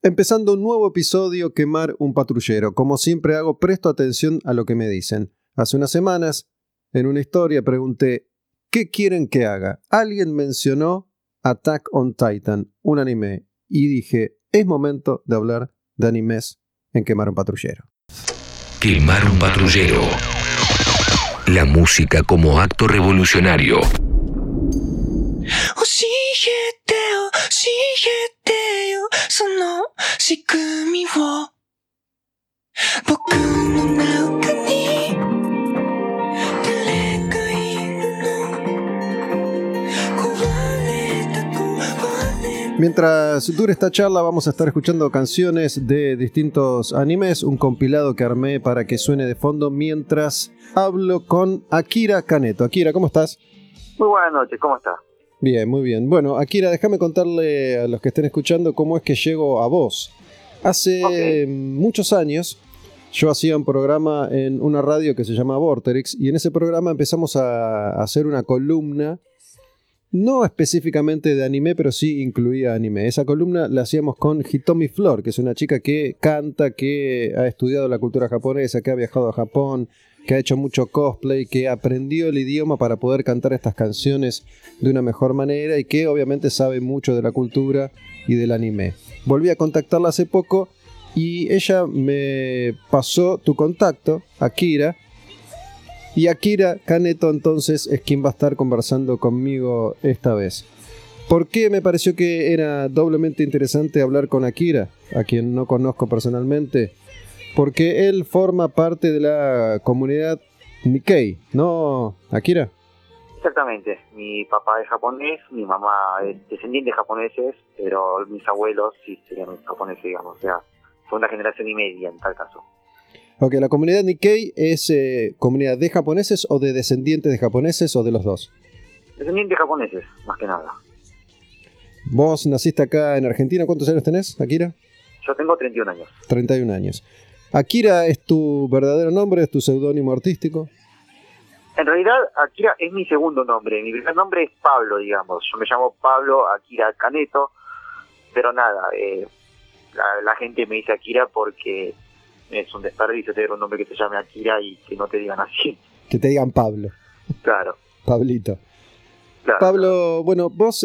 Empezando un nuevo episodio, Quemar un patrullero. Como siempre hago, presto atención a lo que me dicen. Hace unas semanas, en una historia, pregunté, ¿qué quieren que haga? Alguien mencionó Attack on Titan, un anime, y dije, es momento de hablar de animes en Quemar un patrullero. Quemar un patrullero. La música como acto revolucionario. Mientras dure esta charla vamos a estar escuchando canciones de distintos animes, un compilado que armé para que suene de fondo mientras hablo con Akira Kaneko. Akira, ¿cómo estás? Muy buenas noches, ¿cómo estás? Bien, muy bien. Bueno, Akira, déjame contarle a los que estén escuchando cómo es que llego a vos. Hace muchos años yo hacía un programa en una radio que se llama Vorterix y en ese programa empezamos a hacer una columna, no específicamente de anime, pero sí incluía anime. Esa columna la hacíamos con Hitomi Flor, que es una chica que canta, que ha estudiado la cultura japonesa, que ha viajado a Japón, que ha hecho mucho cosplay, que aprendió el idioma para poder cantar estas canciones de una mejor manera y que obviamente sabe mucho de la cultura y del anime. Volví a contactarla hace poco y ella me pasó tu contacto, Akira, y Akira Kaneko entonces es quien va a estar conversando conmigo esta vez. ¿Por qué me pareció que era doblemente interesante hablar con Akira, a quien no conozco personalmente? Porque él forma parte de la comunidad Nikkei, ¿no, Akira? Exactamente, mi papá es japonés, mi mamá es descendiente de japoneses, pero mis abuelos sí serían japoneses, digamos, o sea, segunda generación y media en tal caso. Ok, ¿la comunidad Nikkei es comunidad de japoneses o de descendientes de japoneses o de los dos? Descendientes japoneses, más que nada. ¿Vos naciste acá en Argentina? ¿Cuántos años tenés, Akira? Yo tengo 31 años. 31 años. ¿Akira es tu verdadero nombre? ¿Es tu seudónimo artístico? En realidad, Akira es mi segundo nombre. Mi primer nombre es Pablo, digamos. Yo me llamo Pablo Akira Kaneko, pero nada, la gente me dice Akira porque es un desperdicio tener un nombre que se llame Akira y que no te digan así. Que te digan Pablo. Claro. Pablito. Claro, Pablo, claro. Bueno, vos,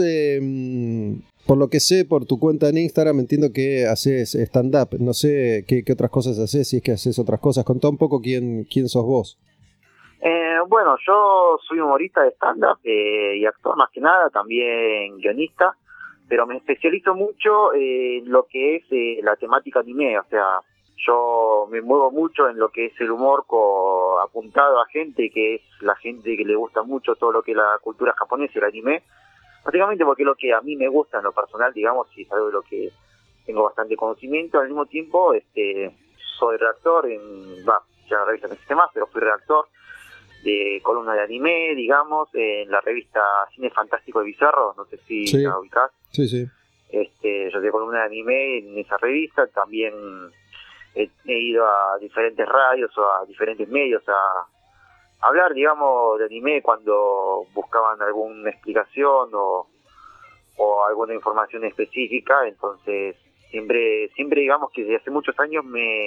por lo que sé, por tu cuenta en Instagram, entiendo que haces stand-up. No sé qué otras cosas haces, si es que haces otras cosas. Contá un poco quién sos vos. Bueno, yo soy humorista de stand-up y actor más que nada, también guionista, pero me especializo mucho en lo que es la temática anime, o sea, yo me muevo mucho en lo que es el humor apuntado a gente que es la gente que le gusta mucho todo lo que es la cultura japonesa y el anime, básicamente porque es lo que a mí me gusta en lo personal, digamos, y es algo de lo que tengo bastante conocimiento. Al mismo tiempo, soy redactor ya la revista no existe más, pero fui redactor de columna de anime, digamos, en la revista Cine Fantástico y Bizarro, no sé si Sí. la ubicás. Sí. Yo soy columna de anime en esa revista, también he ido a diferentes radios o a diferentes medios a hablar, digamos, de anime cuando buscaban alguna explicación o alguna información específica. Entonces siempre digamos que desde hace muchos años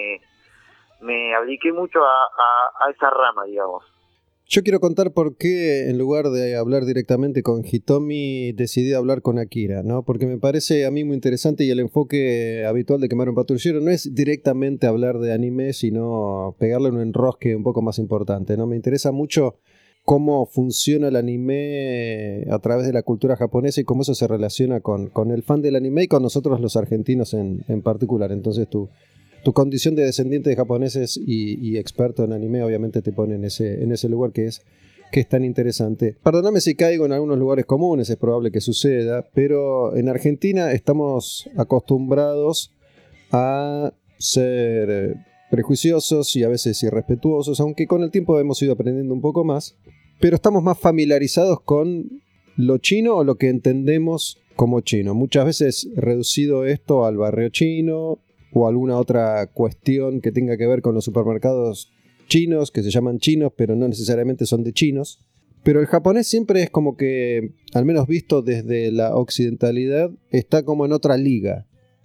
me apliqué mucho a esa rama, digamos. Yo quiero contar por qué, en lugar de hablar directamente con Hitomi, decidí hablar con Akira, ¿no? Porque me parece a mí muy interesante y el enfoque habitual de Quemar un patrullero no es directamente hablar de anime, sino pegarle un enrosque un poco más importante, ¿no? Me interesa mucho cómo funciona el anime a través de la cultura japonesa y cómo eso se relaciona con el fan del anime y con nosotros los argentinos en particular. Entonces tu condición de descendiente de japoneses y experto en anime obviamente te pone en ese lugar que es tan interesante. Perdóname si caigo en algunos lugares comunes, es probable que suceda, pero en Argentina estamos acostumbrados a ser prejuiciosos y a veces irrespetuosos, aunque con el tiempo hemos ido aprendiendo un poco más, pero estamos más familiarizados con lo chino o lo que entendemos como chino. Muchas veces reducido esto al barrio chino o alguna otra cuestión que tenga que ver con los supermercados chinos, que se llaman chinos, pero no necesariamente son de chinos. Pero el japonés siempre es como que, al menos visto desde la occidentalidad, está como en otra liga,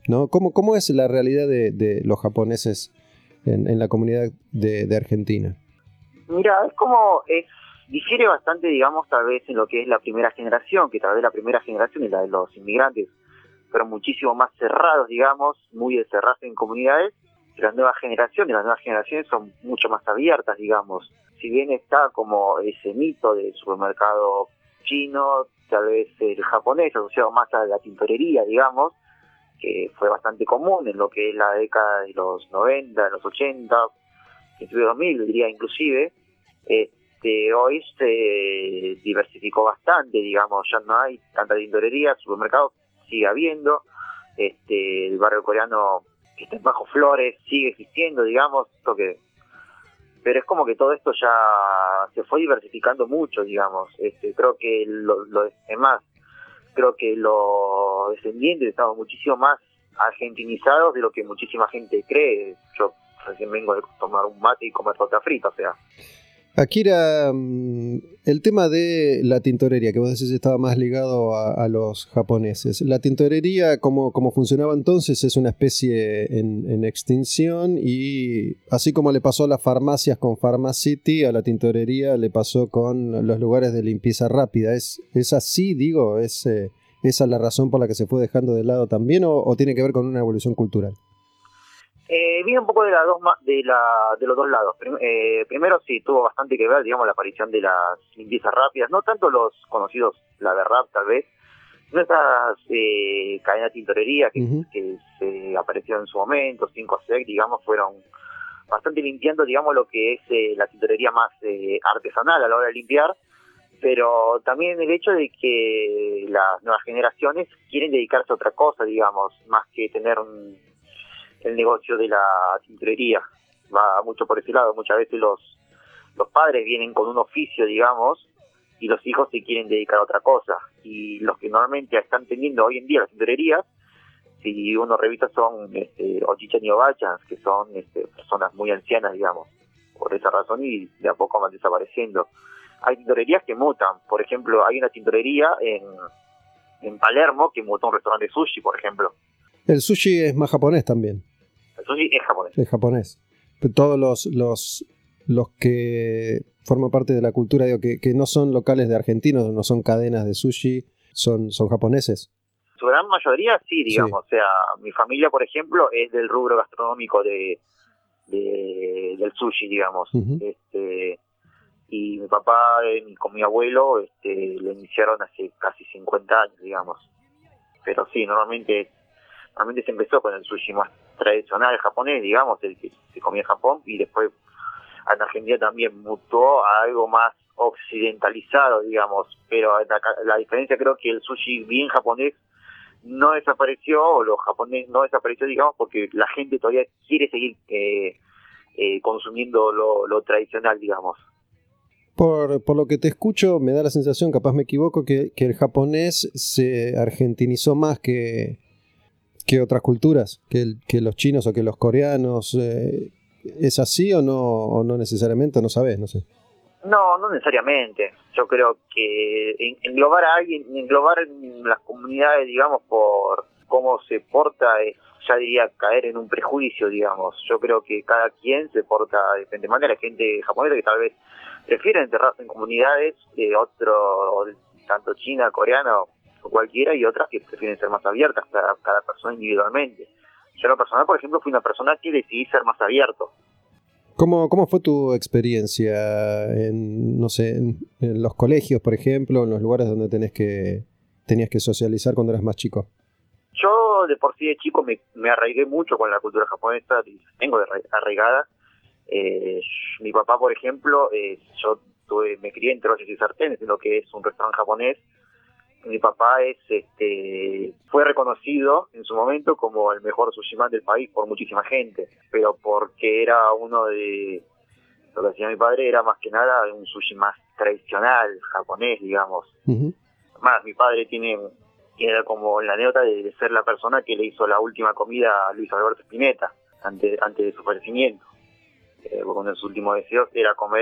¿no? ¿Cómo es la realidad de los japoneses en la comunidad de Argentina? Mira, difiere bastante, digamos, tal vez en lo que es la primera generación, que tal vez la primera generación y la de los inmigrantes fueron muchísimo más cerrados, digamos, muy de cerrarse en comunidades. Las nuevas generaciones son mucho más abiertas, digamos. Si bien está como ese mito del supermercado chino, tal vez el japonés asociado más a la tintorería, digamos, que fue bastante común en lo que es la década de los 90, de los 80, principios de 2000, diría inclusive. Hoy se diversificó bastante, digamos, ya no hay tanta tintorería, supermercado sigue habiendo, el barrio coreano que está en Bajo Flores sigue existiendo, digamos, pero es como que todo esto ya se fue diversificando mucho, digamos. Creo que creo que los descendientes estamos muchísimo más argentinizados de lo que muchísima gente cree. Yo recién vengo de tomar un mate y comer torta frita, o sea. Akira, el tema de la tintorería, que vos decís estaba más ligado a los japoneses. La tintorería, como funcionaba entonces, es una especie en extinción, y así como le pasó a las farmacias con Pharmacity, a la tintorería le pasó con los lugares de limpieza rápida. ¿Es así, digo? ¿Esa es la razón por la que se fue dejando de lado también, o tiene que ver con una evolución cultural? Viene un poco de los dos lados. Primero sí tuvo bastante que ver, digamos, la aparición de las limpiezas rápidas, no tanto los conocidos, la de rap tal vez, sino estas cadenas de tintorería que se aparecieron en su momento, 5sec, digamos, fueron bastante limpiando, digamos, lo que es la tintorería más artesanal a la hora de limpiar, pero también el hecho de que las nuevas generaciones quieren dedicarse a otra cosa, digamos, más que tener el negocio de la tintorería. Va mucho por ese lado. Muchas veces los padres vienen con un oficio, digamos, y los hijos se quieren dedicar a otra cosa. Y los que normalmente están teniendo hoy en día las tintorerías, si uno revisa, son ochichan y obachas, que son personas muy ancianas, digamos, por esa razón, y de a poco van desapareciendo. Hay tintorerías que mutan. Por ejemplo, hay una tintorería en Palermo que mutó un restaurante de sushi, por ejemplo. El sushi es más japonés también. El sushi es japonés. Es japonés. Todos los que forman parte de la cultura, digo, que no son locales de argentinos, no son cadenas de sushi, son japoneses. Su gran mayoría sí, digamos. Sí. O sea, mi familia, por ejemplo, es del rubro gastronómico del sushi, digamos. Uh-huh. Y mi papá con mi abuelo lo iniciaron hace casi 50 años, digamos. Pero sí, normalmente se empezó con el sushi más tradicional japonés, digamos, el que se comía en Japón, y después en Argentina también mutó a algo más occidentalizado, digamos, pero la diferencia, creo que el sushi bien japonés no desapareció, o lo japonés no desapareció, digamos, porque la gente todavía quiere seguir consumiendo lo tradicional, digamos. Por lo que te escucho, me da la sensación, capaz me equivoco, que el japonés se argentinizó más que otras culturas, que los chinos o que los coreanos. ¿Es así o no necesariamente? No sabés, no sé. No necesariamente. Yo creo que englobar en las comunidades, digamos, por cómo se porta, ya diría caer en un prejuicio, digamos. Yo creo que cada quien se porta de diferente manera. Hay gente japonesa que tal vez prefiere enterrarse en comunidades, tanto China, coreano o cualquiera, y otras que prefieren ser más abiertas, cada persona individualmente. Yo en lo personal, por ejemplo, fui una persona que decidí ser más abierto. ¿Cómo fue tu experiencia en los colegios, por ejemplo, en los lugares donde tenías que socializar cuando eras más chico? Yo de por sí de chico me arraigué mucho con la cultura japonesa, tengo arraigada. Mi papá, por ejemplo, me crié entre ollas y sartenes, en lo que es un restaurante japonés. Mi papá fue reconocido en su momento como el mejor sushiman del país por muchísima gente, pero porque era uno de lo que hacía mi padre, era más que nada un sushi más tradicional, japonés, digamos. Uh-huh. Más, mi padre tiene como la anécdota de ser la persona que le hizo la última comida a Luis Alberto Spinetta antes de su fallecimiento. Uno de sus últimos deseos era comer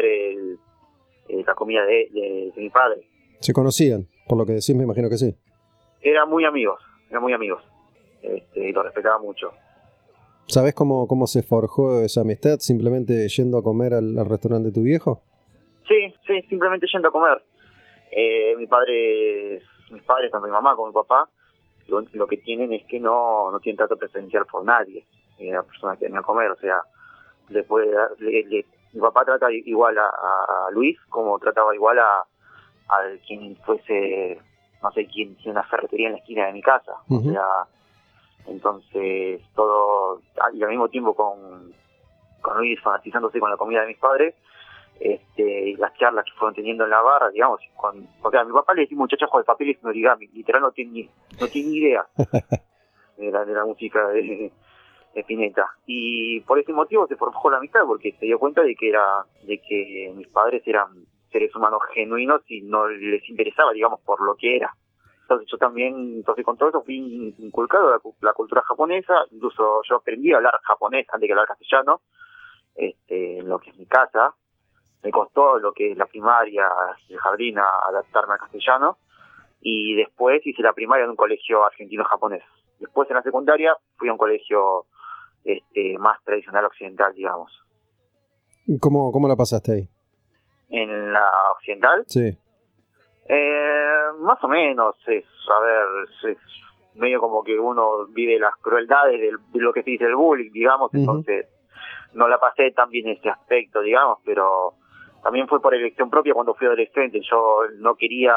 la comida de mi padre. ¿Se conocían? Por lo que decís, me imagino que sí. Eran muy amigos. y lo respetaba mucho. ¿Sabés cómo se forjó esa amistad? ¿Simplemente yendo a comer al restaurante de tu viejo? Sí, simplemente yendo a comer. Mis padres, tanto mi mamá como mi papá, lo que tienen es que no tienen trato preferencial por nadie. La persona que viene a comer, o sea, mi papá trata igual a Luis como trataba igual a quien fuese, no sé, quien tiene una ferretería en la esquina de mi casa. Uh-huh. O sea, entonces todo, y al mismo tiempo con Luis fanatizándose con la comida de mis padres, las charlas que fueron teniendo en la barra, digamos, porque a mi papá le decía muchachos con el papel y origami, literal no tiene ni idea de la música de Spinetta, y por ese motivo se formó la amistad, porque se dio cuenta de que mis padres eran seres humanos genuinos y no les interesaba, digamos, por lo que era. Entonces yo también, con todo eso fui inculcado la cultura japonesa, incluso yo aprendí a hablar japonés antes que hablar castellano, en lo que es mi casa. Me costó lo que es la primaria, el jardín, adaptarme al castellano, y después hice la primaria en un colegio argentino-japonés. Después en la secundaria fui a un colegio más tradicional occidental, digamos. ¿Cómo la pasaste ahí? ¿En la occidental? Sí. Más o menos, es medio como que uno vive las crueldades de lo que se dice el bullying, digamos, uh-huh. Entonces no la pasé tan bien en ese aspecto, digamos, pero también fue por elección propia cuando fui adolescente. Yo no quería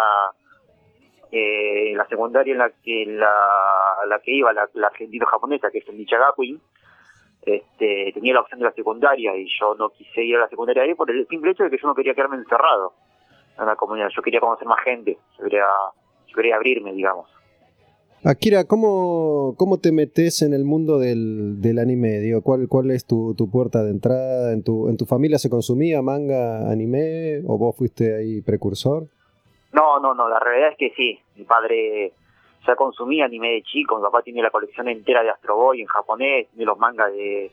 la secundaria en la que iba, la argentino-japonesa, que es el Nichagakuin, tenía la opción de la secundaria y yo no quise ir a la secundaria ahí por el simple hecho de que yo no quería quedarme encerrado en la comunidad. Yo quería conocer más gente, yo quería abrirme, digamos. Akira, ¿cómo te metes en el mundo del anime? Digo, ¿cuál es tu puerta de entrada? ¿En tu familia se consumía manga, anime? ¿O vos fuiste ahí precursor? No, la realidad es que sí. Mi padre ya consumía anime de chico. Mi papá tiene la colección entera de Astro Boy en japonés, tiene los mangas de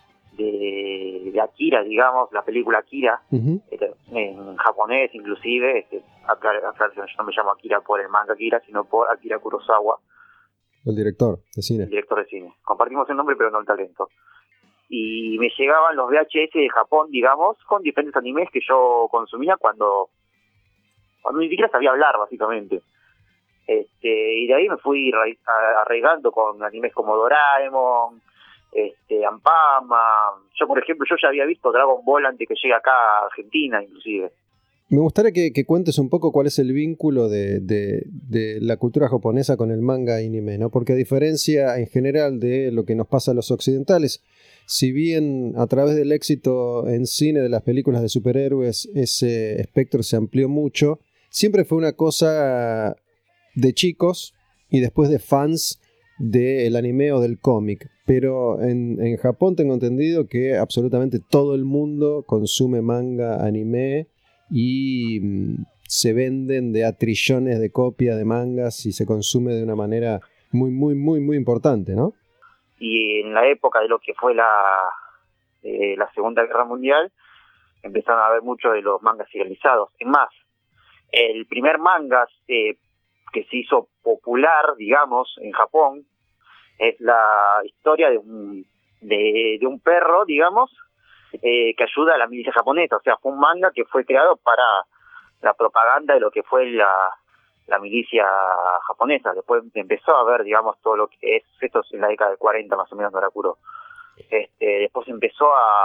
Akira, digamos, la película Akira, uh-huh. En japonés inclusive. Yo no me llamo Akira por el manga Akira, sino por Akira Kurosawa. El director de cine. El director de cine. Compartimos el nombre, pero no el talento. Y me llegaban los VHS de Japón, digamos, con diferentes animes que yo consumía cuando ni siquiera sabía hablar, básicamente. Y de ahí me fui arraigando con animes como Doraemon, Ampama. Yo, por ejemplo, ya había visto Dragon Ball antes que llegue acá a Argentina, inclusive. Me gustaría que cuentes un poco cuál es el vínculo de la cultura japonesa con el manga y anime, ¿no? Porque a diferencia en general de lo que nos pasa a los occidentales, si bien a través del éxito en cine de las películas de superhéroes ese espectro se amplió mucho, siempre fue una cosa de chicos y después de fans del anime o del cómic. Pero en Japón tengo entendido que absolutamente todo el mundo consume manga, anime, y se venden de a trillones de copias de mangas y se consume de una manera muy, muy, muy, muy importante, ¿no? Y en la época de lo que fue la Segunda Guerra Mundial, empezaron a haber muchos de los mangas serializados. Es más, el primer manga que se hizo popular, digamos, en Japón, es la historia de un perro, digamos, que ayuda a la milicia japonesa. O sea, fue un manga que fue creado para la propaganda de lo que fue la milicia japonesa. Después empezó a ver, digamos, todo lo que es, esto es en la década del 40 más o menos, Norakuro. Después empezó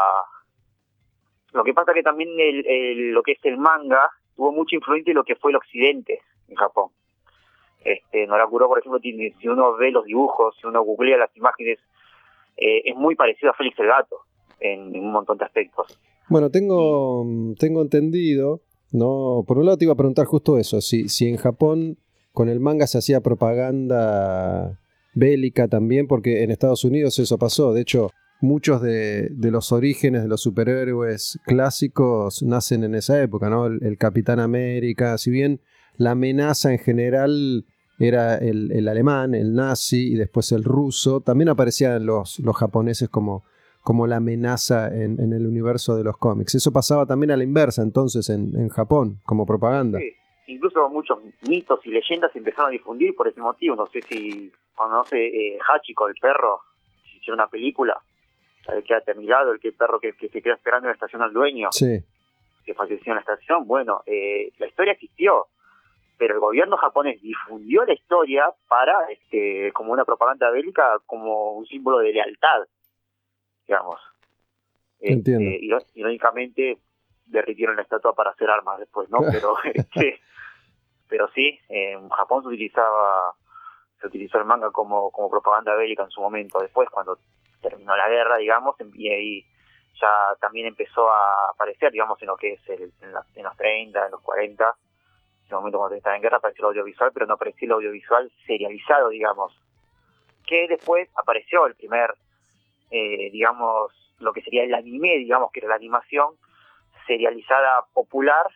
lo que pasa que también lo que es el manga tuvo mucha influencia en lo que fue el occidente en Japón. Norakuro, por ejemplo, si uno ve los dibujos, si uno googlea las imágenes, es muy parecido a Félix el Gato en un montón de aspectos. Bueno, tengo entendido, ¿no? Por un lado te iba a preguntar justo eso, si en Japón con el manga se hacía propaganda bélica también, porque en Estados Unidos eso pasó. De hecho, muchos de los orígenes de los superhéroes clásicos nacen en esa época, ¿no? El Capitán América, si bien la amenaza en general era el alemán, el nazi y después el ruso, también aparecían los japoneses como la amenaza en el universo de los cómics. Eso pasaba también a la inversa entonces en Japón, como propaganda. incluso muchos mitos y leyendas se empezaron a difundir por ese motivo. No sé si conoce Hachiko, el perro, si hicieron una película, el que ha terminado, el perro que se queda esperando en la estación al dueño, Sí. que falleció en la estación. Bueno, la historia existió, pero el gobierno japonés difundió la historia para, como una propaganda bélica, como un símbolo de lealtad, digamos. Entiendo. Irónicamente, derritieron la estatua para hacer armas después, ¿no? Pero sí, en Japón se utilizó el manga como propaganda bélica en su momento. Después, cuando terminó la guerra, digamos, y ahí ya también empezó a aparecer, digamos, en lo que es en los 30, en los 40, en ese momento cuando estaba en guerra apareció el audiovisual, pero no apareció el audiovisual serializado, digamos, que después apareció el primer, digamos, lo que sería el anime, digamos, que era la animación serializada popular,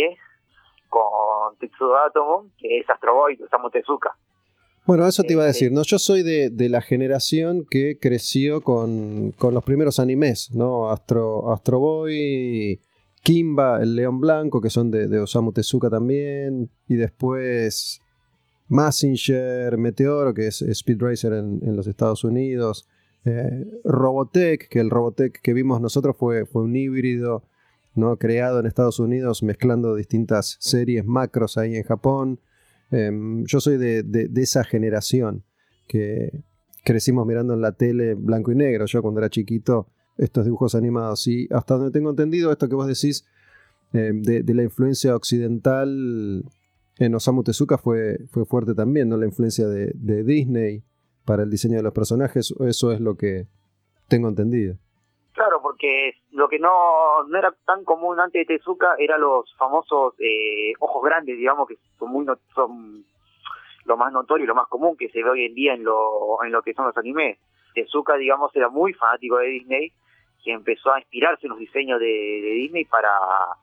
con Tetsuo Atomo, que es Astro Boy de Osamu Tezuka. Bueno, eso te iba a decir, ¿no? Yo soy de la generación que creció con los primeros animes, ¿no? Astro Boy, Kimba, el León Blanco, que son de Osamu Tezuka también, y después Mazinger, Meteoro, que es Speed Racer en los Estados Unidos, Robotech, que el Robotech que vimos nosotros fue un híbrido, ¿no? Creado en Estados Unidos mezclando distintas series macros ahí en Japón. Yo soy de esa generación que crecimos mirando en la tele blanco y negro. Yo cuando era chiquito, estos dibujos animados, y hasta donde tengo entendido esto que vos decís de la influencia occidental en Osamu Tezuka fue fuerte también, ¿no? La influencia de Disney para el diseño de los personajes, eso es lo que tengo entendido. Claro, porque lo que no era tan común antes de Tezuka eran los famosos ojos grandes, digamos, que son lo más notorio y lo más común que se ve hoy en día en lo que son los animes. Tezuka, digamos, era muy fanático de Disney, que empezó a inspirarse en los diseños de Disney para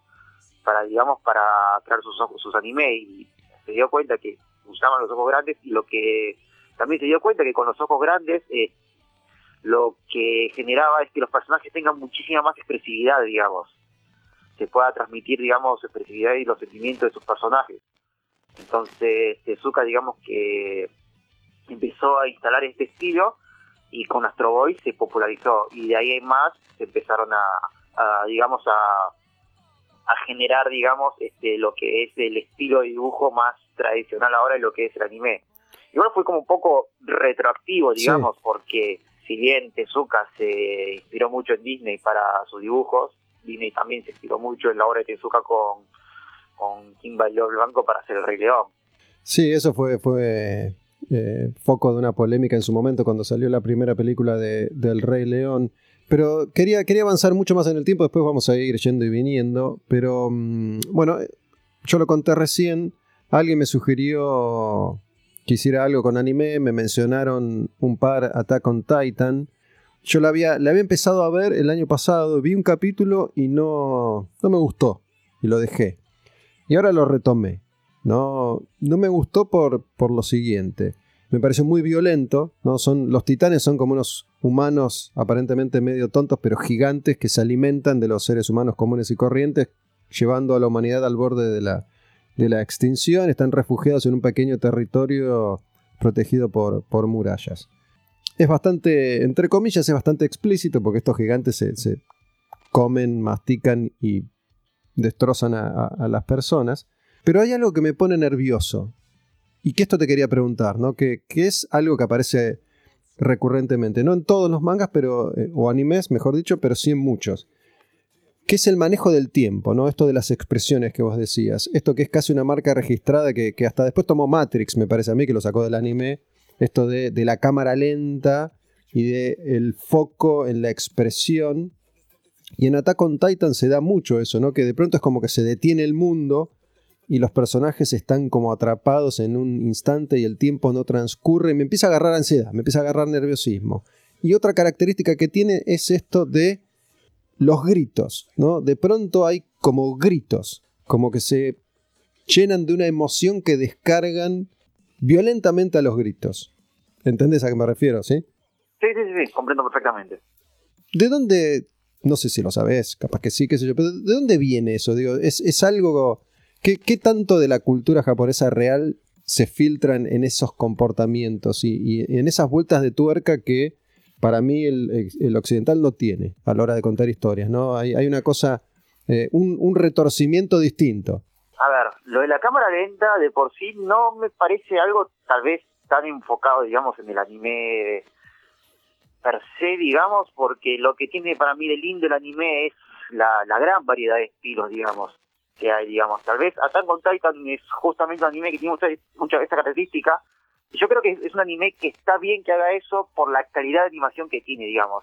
crear sus animes, y se dio cuenta que usaban los ojos grandes, y lo que también se dio cuenta que con los ojos grandes lo que generaba es que los personajes tengan muchísima más expresividad, digamos, se pueda transmitir, digamos, expresividad y los sentimientos de sus personajes. Entonces Tezuka, digamos, que empezó a instalar este estilo, y con Astro Boy se popularizó, y de ahí en más se empezaron a generar, digamos, lo que es el estilo de dibujo más tradicional ahora en lo que es el anime. Igual fue como un poco retroactivo, digamos, sí, porque si bien Tezuka se inspiró mucho en Disney para sus dibujos, Disney también se inspiró mucho en la obra de Tezuka con Kimba y León Blanco para hacer el Rey León. Sí, eso fue foco de una polémica en su momento cuando salió la primera película del Rey León. Pero quería avanzar mucho más en el tiempo, después vamos a ir yendo y viniendo. Pero bueno, yo lo conté recién, alguien me sugirió que hiciera algo con anime, me mencionaron un par, Attack on Titan. Yo la había empezado a ver el año pasado, vi un capítulo y no me gustó, y lo dejé. Y ahora lo retomé. No me gustó por lo siguiente. Me pareció muy violento, ¿no? Los titanes son como unos humanos aparentemente medio tontos, pero gigantes, que se alimentan de los seres humanos comunes y corrientes, llevando a la humanidad al borde de la extinción. Están refugiados en un pequeño territorio protegido por murallas. Es bastante, entre comillas, es bastante explícito, porque estos gigantes se comen, mastican y destrozan a las personas. Pero hay algo que me pone nervioso, y que esto te quería preguntar, ¿no? Que es algo que aparece recurrentemente, no en todos los mangas, pero o animes, mejor dicho, pero sí en muchos, que es el manejo del tiempo, ¿no? Esto de las expresiones que vos decías, esto que es casi una marca registrada que hasta después tomó Matrix, me parece a mí, que lo sacó del anime, esto de la cámara lenta y del foco en la expresión. Y en Attack on Titan se da mucho eso, ¿no? Que de pronto es como que se detiene el mundo y los personajes están como atrapados en un instante y el tiempo no transcurre, y me empieza a agarrar ansiedad, me empieza a agarrar nerviosismo. Y otra característica que tiene es esto de los gritos, ¿no? De pronto hay como gritos, como que se llenan de una emoción que descargan violentamente a los gritos. ¿Entendés a qué me refiero, sí? Sí, comprendo perfectamente. ¿De dónde? No sé si lo sabés, capaz que sí, qué sé yo, pero ¿de dónde viene eso? Digo, ¿es algo ¿Qué tanto de la cultura japonesa real se filtran en esos comportamientos y en esas vueltas de tuerca que para mí el occidental no tiene a la hora de contar historias, ¿no? Hay una cosa, un retorcimiento distinto. A ver, lo de la cámara lenta de por sí no me parece algo tal vez tan enfocado, digamos, en el anime per se, digamos, porque lo que tiene para mí de lindo el anime es la gran variedad de estilos, digamos, que hay, digamos. Tal vez Attack on Titan es justamente un anime que tiene mucha esta característica. Y yo creo que es un anime que está bien que haga eso por la calidad de animación que tiene, digamos.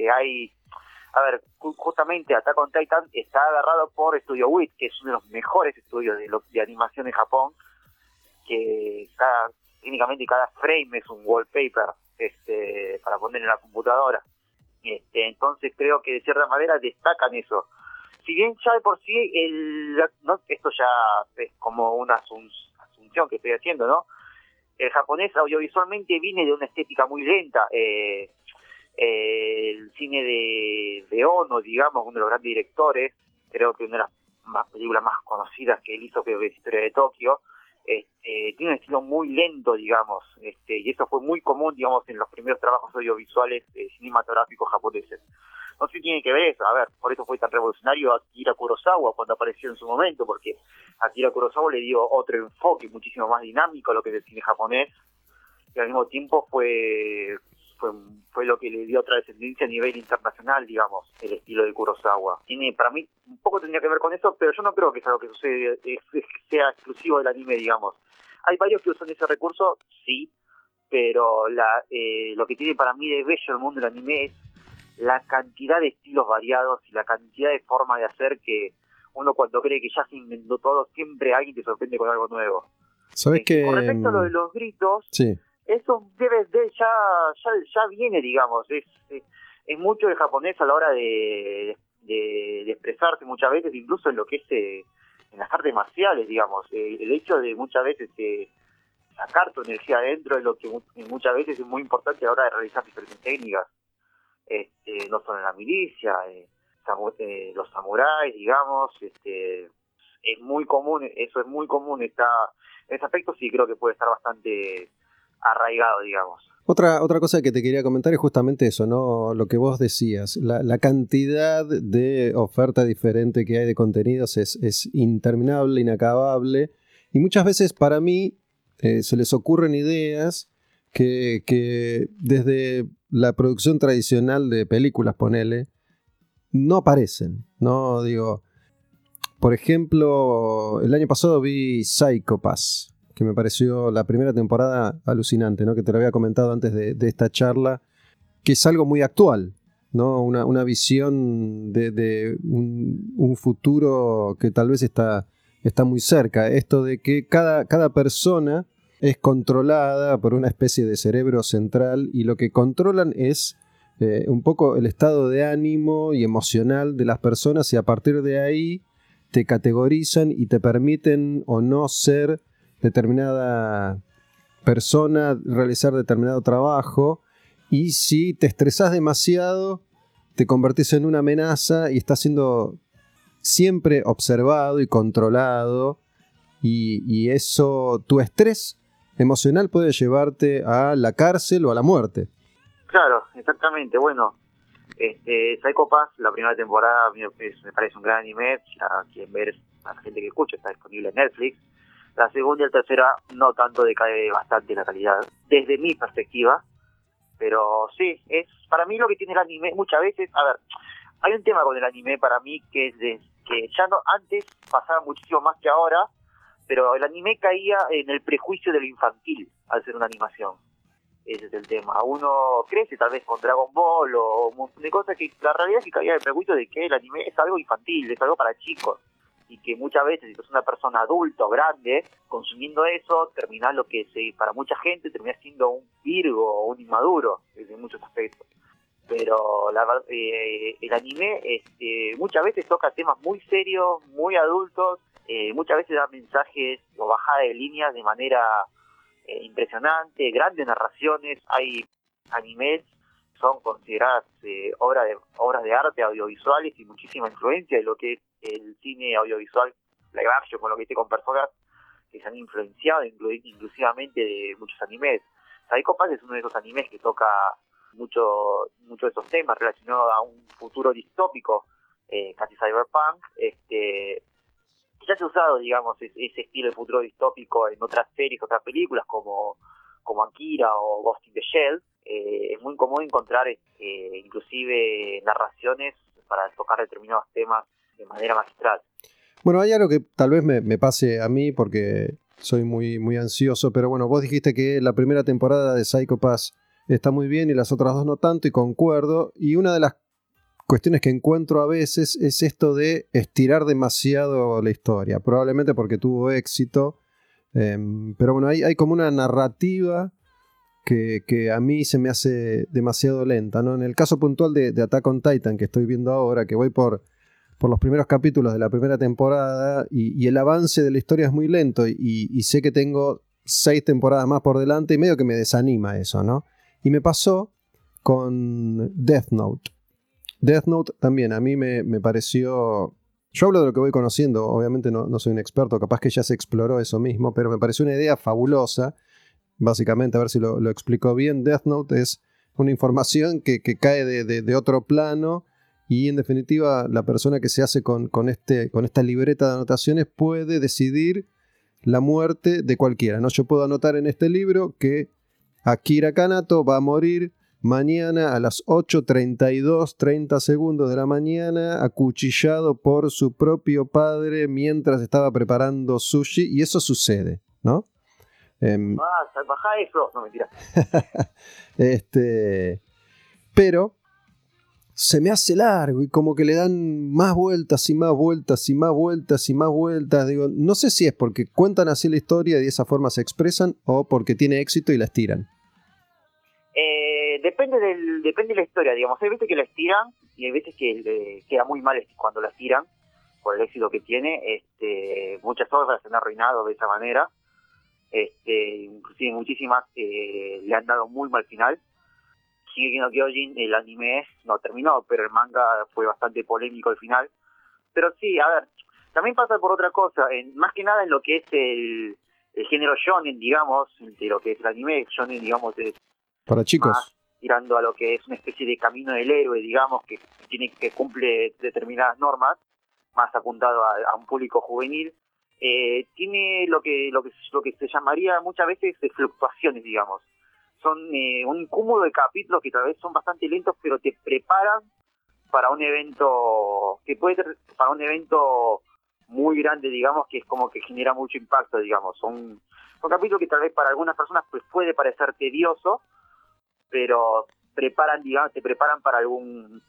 Justamente Attack on Titan está agarrado por Studio Wit, que es uno de los mejores estudios de animación en Japón, que técnicamente cada frame es un wallpaper para poner en la computadora. Entonces creo que de cierta manera destacan eso. Si bien ya de por sí, esto ya es como una asunción que estoy haciendo, ¿no? El japonés audiovisualmente viene de una estética muy lenta. El cine de Ono, digamos, uno de los grandes directores, creo que una de las películas más conocidas que él hizo, que es Historia de Tokio, tiene un estilo muy lento, digamos, y eso fue muy común, digamos, en los primeros trabajos audiovisuales cinematográficos japoneses. No sé si tiene que ver eso, a ver, por eso fue tan revolucionario Akira Kurosawa cuando apareció en su momento, porque Akira Kurosawa le dio otro enfoque muchísimo más dinámico a lo que es el cine japonés, y al mismo tiempo fue lo que le dio otra descendencia a nivel internacional, digamos, el estilo de Kurosawa. Para mí, un poco tendría que ver con eso, pero yo no creo que es algo que sucede, sea exclusivo del anime, digamos. Hay varios que usan ese recurso, sí, pero lo que tiene para mí de bello el mundo del anime es la cantidad de estilos variados y la cantidad de formas de hacer que uno cuando cree que ya se inventó todo, siempre alguien te sorprende con algo nuevo. ¿Sabes qué? Con respecto a lo de los gritos, sí. Eso ya viene, digamos, es mucho el japonés a la hora de expresarse muchas veces, incluso en lo que es en las artes marciales, digamos, el hecho de muchas veces sacar tu energía adentro es lo que muchas veces es muy importante a la hora de realizar diferentes técnicas, no solo en la milicia, los samuráis, digamos, es muy común, eso es muy común, en ese aspecto sí creo que puede estar bastante arraigado, digamos. Otra cosa que te quería comentar es justamente eso, ¿no? Lo que vos decías, la cantidad de oferta diferente que hay de contenidos es interminable, inacabable, y muchas veces para mí se les ocurren ideas que desde la producción tradicional de películas, ponele, no aparecen, ¿no? Digo, por ejemplo, el año pasado vi Psycho Pass, que me pareció la primera temporada alucinante, ¿no? Que te lo había comentado antes de esta charla, que es algo muy actual, ¿no? Una visión de un futuro que tal vez está muy cerca. Esto de que cada persona es controlada por una especie de cerebro central y lo que controlan es un poco el estado de ánimo y emocional de las personas y a partir de ahí te categorizan y te permiten o no ser determinada persona, realizar determinado trabajo, y si te estresás demasiado te convertís en una amenaza y estás siendo siempre observado y controlado, y eso, tu estrés emocional puede llevarte a la cárcel o a la muerte. Claro, exactamente. Bueno, Psycho Pass, la primera temporada me parece un gran anime, ya quien ver a la gente que escucha, está disponible en Netflix. La segunda y la tercera no tanto, decae bastante la calidad, desde mi perspectiva, pero sí, es para mí lo que tiene el anime muchas veces. A ver, hay un tema con el anime para mí que es que ya no, antes pasaba muchísimo más que ahora, pero el anime caía en el prejuicio de lo infantil al ser una animación. Ese es el tema. Uno crece tal vez con Dragon Ball o un montón de cosas que la realidad es que caía en el prejuicio de que el anime es algo infantil, es algo para chicos. Y que muchas veces, si sos una persona adulta o grande, consumiendo eso, terminás lo que para mucha gente termina siendo un virgo o un inmaduro, en muchos aspectos. Pero el anime muchas veces toca temas muy serios, muy adultos, muchas veces da mensajes o bajada de líneas de manera impresionante, grandes narraciones. Hay animes son consideradas obras de arte audiovisuales y muchísima influencia de lo que es el cine audiovisual live action, con lo que hice con personas que se han influenciado inclusivamente de muchos animes. Psycho Pass es uno de esos animes que toca mucho de esos temas relacionados a un futuro distópico, casi cyberpunk, que ya se ha usado, digamos, ese estilo de futuro distópico en otras series, otras películas como Akira o Ghost in the Shell. Es muy común encontrar inclusive narraciones para tocar determinados temas de manera magistral. Bueno, hay algo que tal vez me pase a mí porque soy muy, muy ansioso, pero bueno, vos dijiste que la primera temporada de Psycho Pass está muy bien y las otras dos no tanto, y concuerdo. Y una de las cuestiones que encuentro a veces es esto de estirar demasiado la historia, probablemente porque tuvo éxito, pero bueno, hay como una narrativa que a mí se me hace demasiado lenta, ¿no? En el caso puntual de Attack on Titan, que estoy viendo ahora, que voy por los primeros capítulos de la primera temporada, y el avance de la historia es muy lento, y sé que tengo 6 temporadas más por delante, y medio que me desanima eso, ¿no? Y me pasó con Death Note. Death Note también a mí me pareció... Yo hablo de lo que voy conociendo, obviamente no soy un experto, capaz que ya se exploró eso mismo, pero me pareció una idea fabulosa. Básicamente, a ver si lo explico bien, Death Note es una información que cae de otro plano, y en definitiva la persona que se hace con esta libreta de anotaciones puede decidir la muerte de cualquiera, ¿no? Yo puedo anotar en este libro que Akira Kanato va a morir mañana a las 8:32:30 de la mañana, acuchillado por su propio padre mientras estaba preparando sushi, y eso sucede, ¿no? Bajá eso, no, mentira. Pero se me hace largo, y como que le dan más vueltas y más vueltas y más vueltas y más vueltas. Digo, no sé si es porque cuentan así la historia y de esa forma se expresan, o porque tiene éxito y la estiran. Depende de la historia, digamos. Hay veces que la estiran y hay veces que queda muy mal cuando la estiran por el éxito que tiene. Muchas obras se han arruinado de esa manera. Inclusive muchísimas le han dado muy mal final. Shingeki no Kyojin, el anime no terminó, pero el manga fue bastante polémico al final. Pero sí, a ver, también pasa por otra cosa, más que nada en lo que es el género shonen, digamos, de lo que es el anime. Shonen, digamos, es para chicos, más tirando a lo que es una especie de camino del héroe, digamos, que cumple determinadas normas, más apuntado a un público juvenil. Tiene lo que se llamaría muchas veces de fluctuaciones, digamos. Son un cúmulo de capítulos que tal vez son bastante lentos, pero te preparan para un evento que puede ser para un evento muy grande, digamos, que es como que genera mucho impacto, digamos. Son capítulos que tal vez para algunas personas pues puede parecer tedioso, pero te preparan para un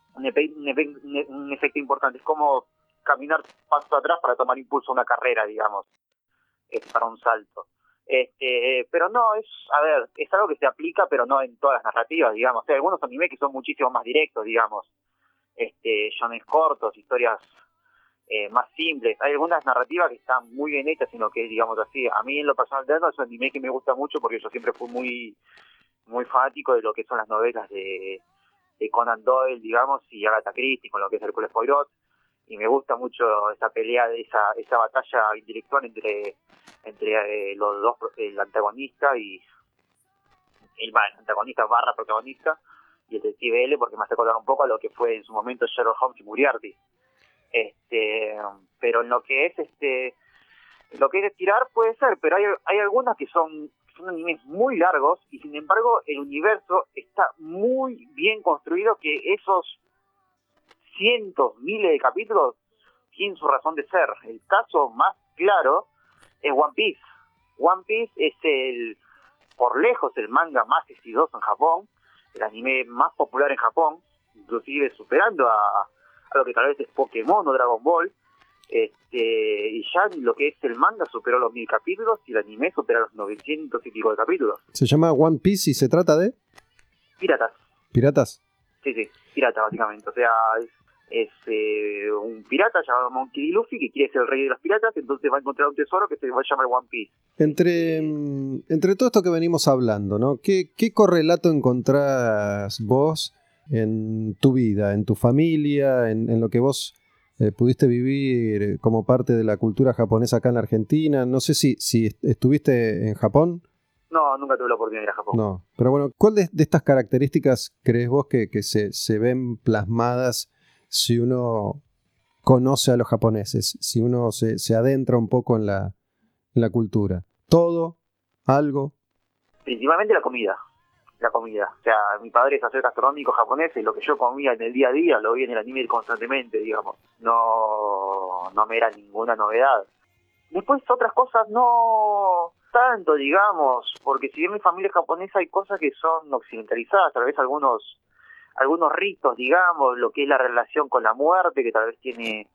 efecto importante. Es como caminar paso atrás para tomar impulso a una carrera, digamos, para un salto. Pero no, es algo que se aplica, pero no en todas las narrativas, digamos. Hay algunos animes que son muchísimo más directos, digamos, shonen cortos, historias más simples. Hay algunas narrativas que están muy bien hechas en lo que es, digamos así. A mí en lo personal es un anime que me gusta mucho porque yo siempre fui muy fanático de lo que son las novelas de Conan Doyle, digamos, y Agatha Christie, con lo que es Hercule Poirot, y me gusta mucho esa pelea, esa batalla intelectual entre los dos, el antagonista y el antagonista / protagonista y el detective L, porque me hace acordar un poco a lo que fue en su momento Sherlock Holmes y Moriarty. Pero en lo que es estirar puede ser, pero hay algunas que son animes muy largos y sin embargo el universo está muy bien construido, que esos cientos, miles de capítulos tienen su razón de ser. El caso más claro es One Piece. One Piece es por lejos el manga más exitoso en Japón, el anime más popular en Japón, inclusive superando a lo que tal vez es Pokémon o Dragon Ball. Y ya lo que es el manga superó los 1000 capítulos y el anime supera los 900 y pico de capítulos. ¿Se llama One Piece y se trata de? Piratas. ¿Piratas? Sí, pirata básicamente. O sea, es un pirata llamado Monkey D. Luffy que quiere ser el rey de los piratas, entonces va a encontrar un tesoro que se va a llamar One Piece. Entre todo esto que venimos hablando, ¿no? ¿Qué correlato encontrás vos en tu vida, en tu familia, en lo que vos pudiste vivir como parte de la cultura japonesa acá en la Argentina. No sé si estuviste en Japón. No, nunca tuve la oportunidad de ir a Japón. No, pero bueno, ¿cuál de estas características crees vos que se ven plasmadas si uno conoce a los japoneses, si uno se adentra un poco en la cultura? ¿Todo? ¿Algo? Principalmente la comida. La comida. O sea, mi padre es asesor gastronómico japonés y lo que yo comía en el día a día lo vi en el anime constantemente, digamos. No me era ninguna novedad. Después otras cosas no tanto, digamos, porque si bien mi familia es japonesa hay cosas que son occidentalizadas, tal vez algunos ritos, digamos, lo que es la relación con la muerte, que tal vez tiene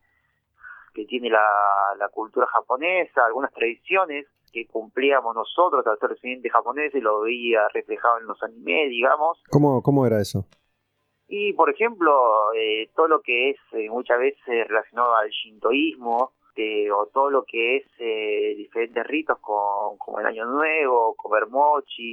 la cultura japonesa, algunas tradiciones que cumplíamos nosotros al ser residentes japoneses y lo veía reflejado en los animes, digamos. ¿Cómo era eso? Y, por ejemplo, todo lo que es muchas veces relacionado al shintoísmo, o todo lo que es diferentes ritos como el Año Nuevo, comer mochi.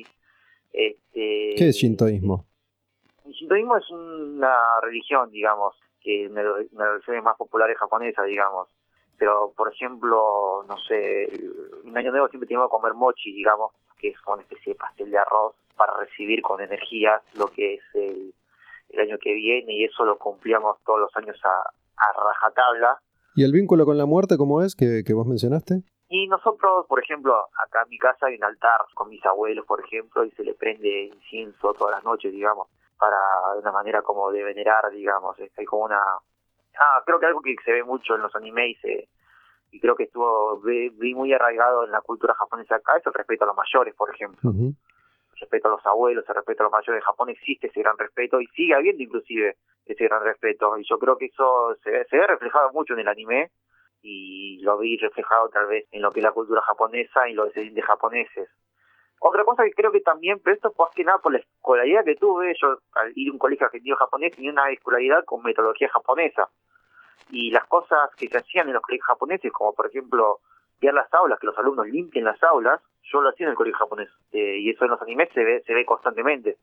¿Qué es shintoísmo? El shintoísmo es una religión, digamos, que es una de las religiones más populares japonesas, digamos. Pero, por ejemplo, no sé, en Año Nuevo siempre teníamos que comer mochi, digamos, que es una especie de pastel de arroz para recibir con energía lo que es el año que viene, y eso lo cumplíamos todos los años a rajatabla. ¿Y el vínculo con la muerte cómo es, que vos mencionaste? Y nosotros, por ejemplo, acá en mi casa hay un altar con mis abuelos, por ejemplo, y se le prende incienso todas las noches, digamos, para una manera como de venerar, digamos. Hay como una... creo que algo que se ve mucho en los animes y creo que vi muy arraigado en la cultura japonesa acá es el respeto a los mayores, por ejemplo. Uh-huh. El respeto a los abuelos, el respeto a los mayores. En Japón existe ese gran respeto y sigue habiendo inclusive ese gran respeto. Y yo creo que eso se ve reflejado mucho en el anime y lo vi reflejado tal vez en lo que es la cultura japonesa y los descendientes japoneses. Otra cosa que creo que también, pero esto más que nada por la escolaridad que tuve, yo al ir a un colegio argentino japonés tenía una escolaridad con metodología japonesa. Y las cosas que se hacían en los colegios japoneses, como por ejemplo limpiar las aulas, que los alumnos limpien las aulas, yo lo hacía en el colegio japonés. Y eso en los animes se ve constantemente.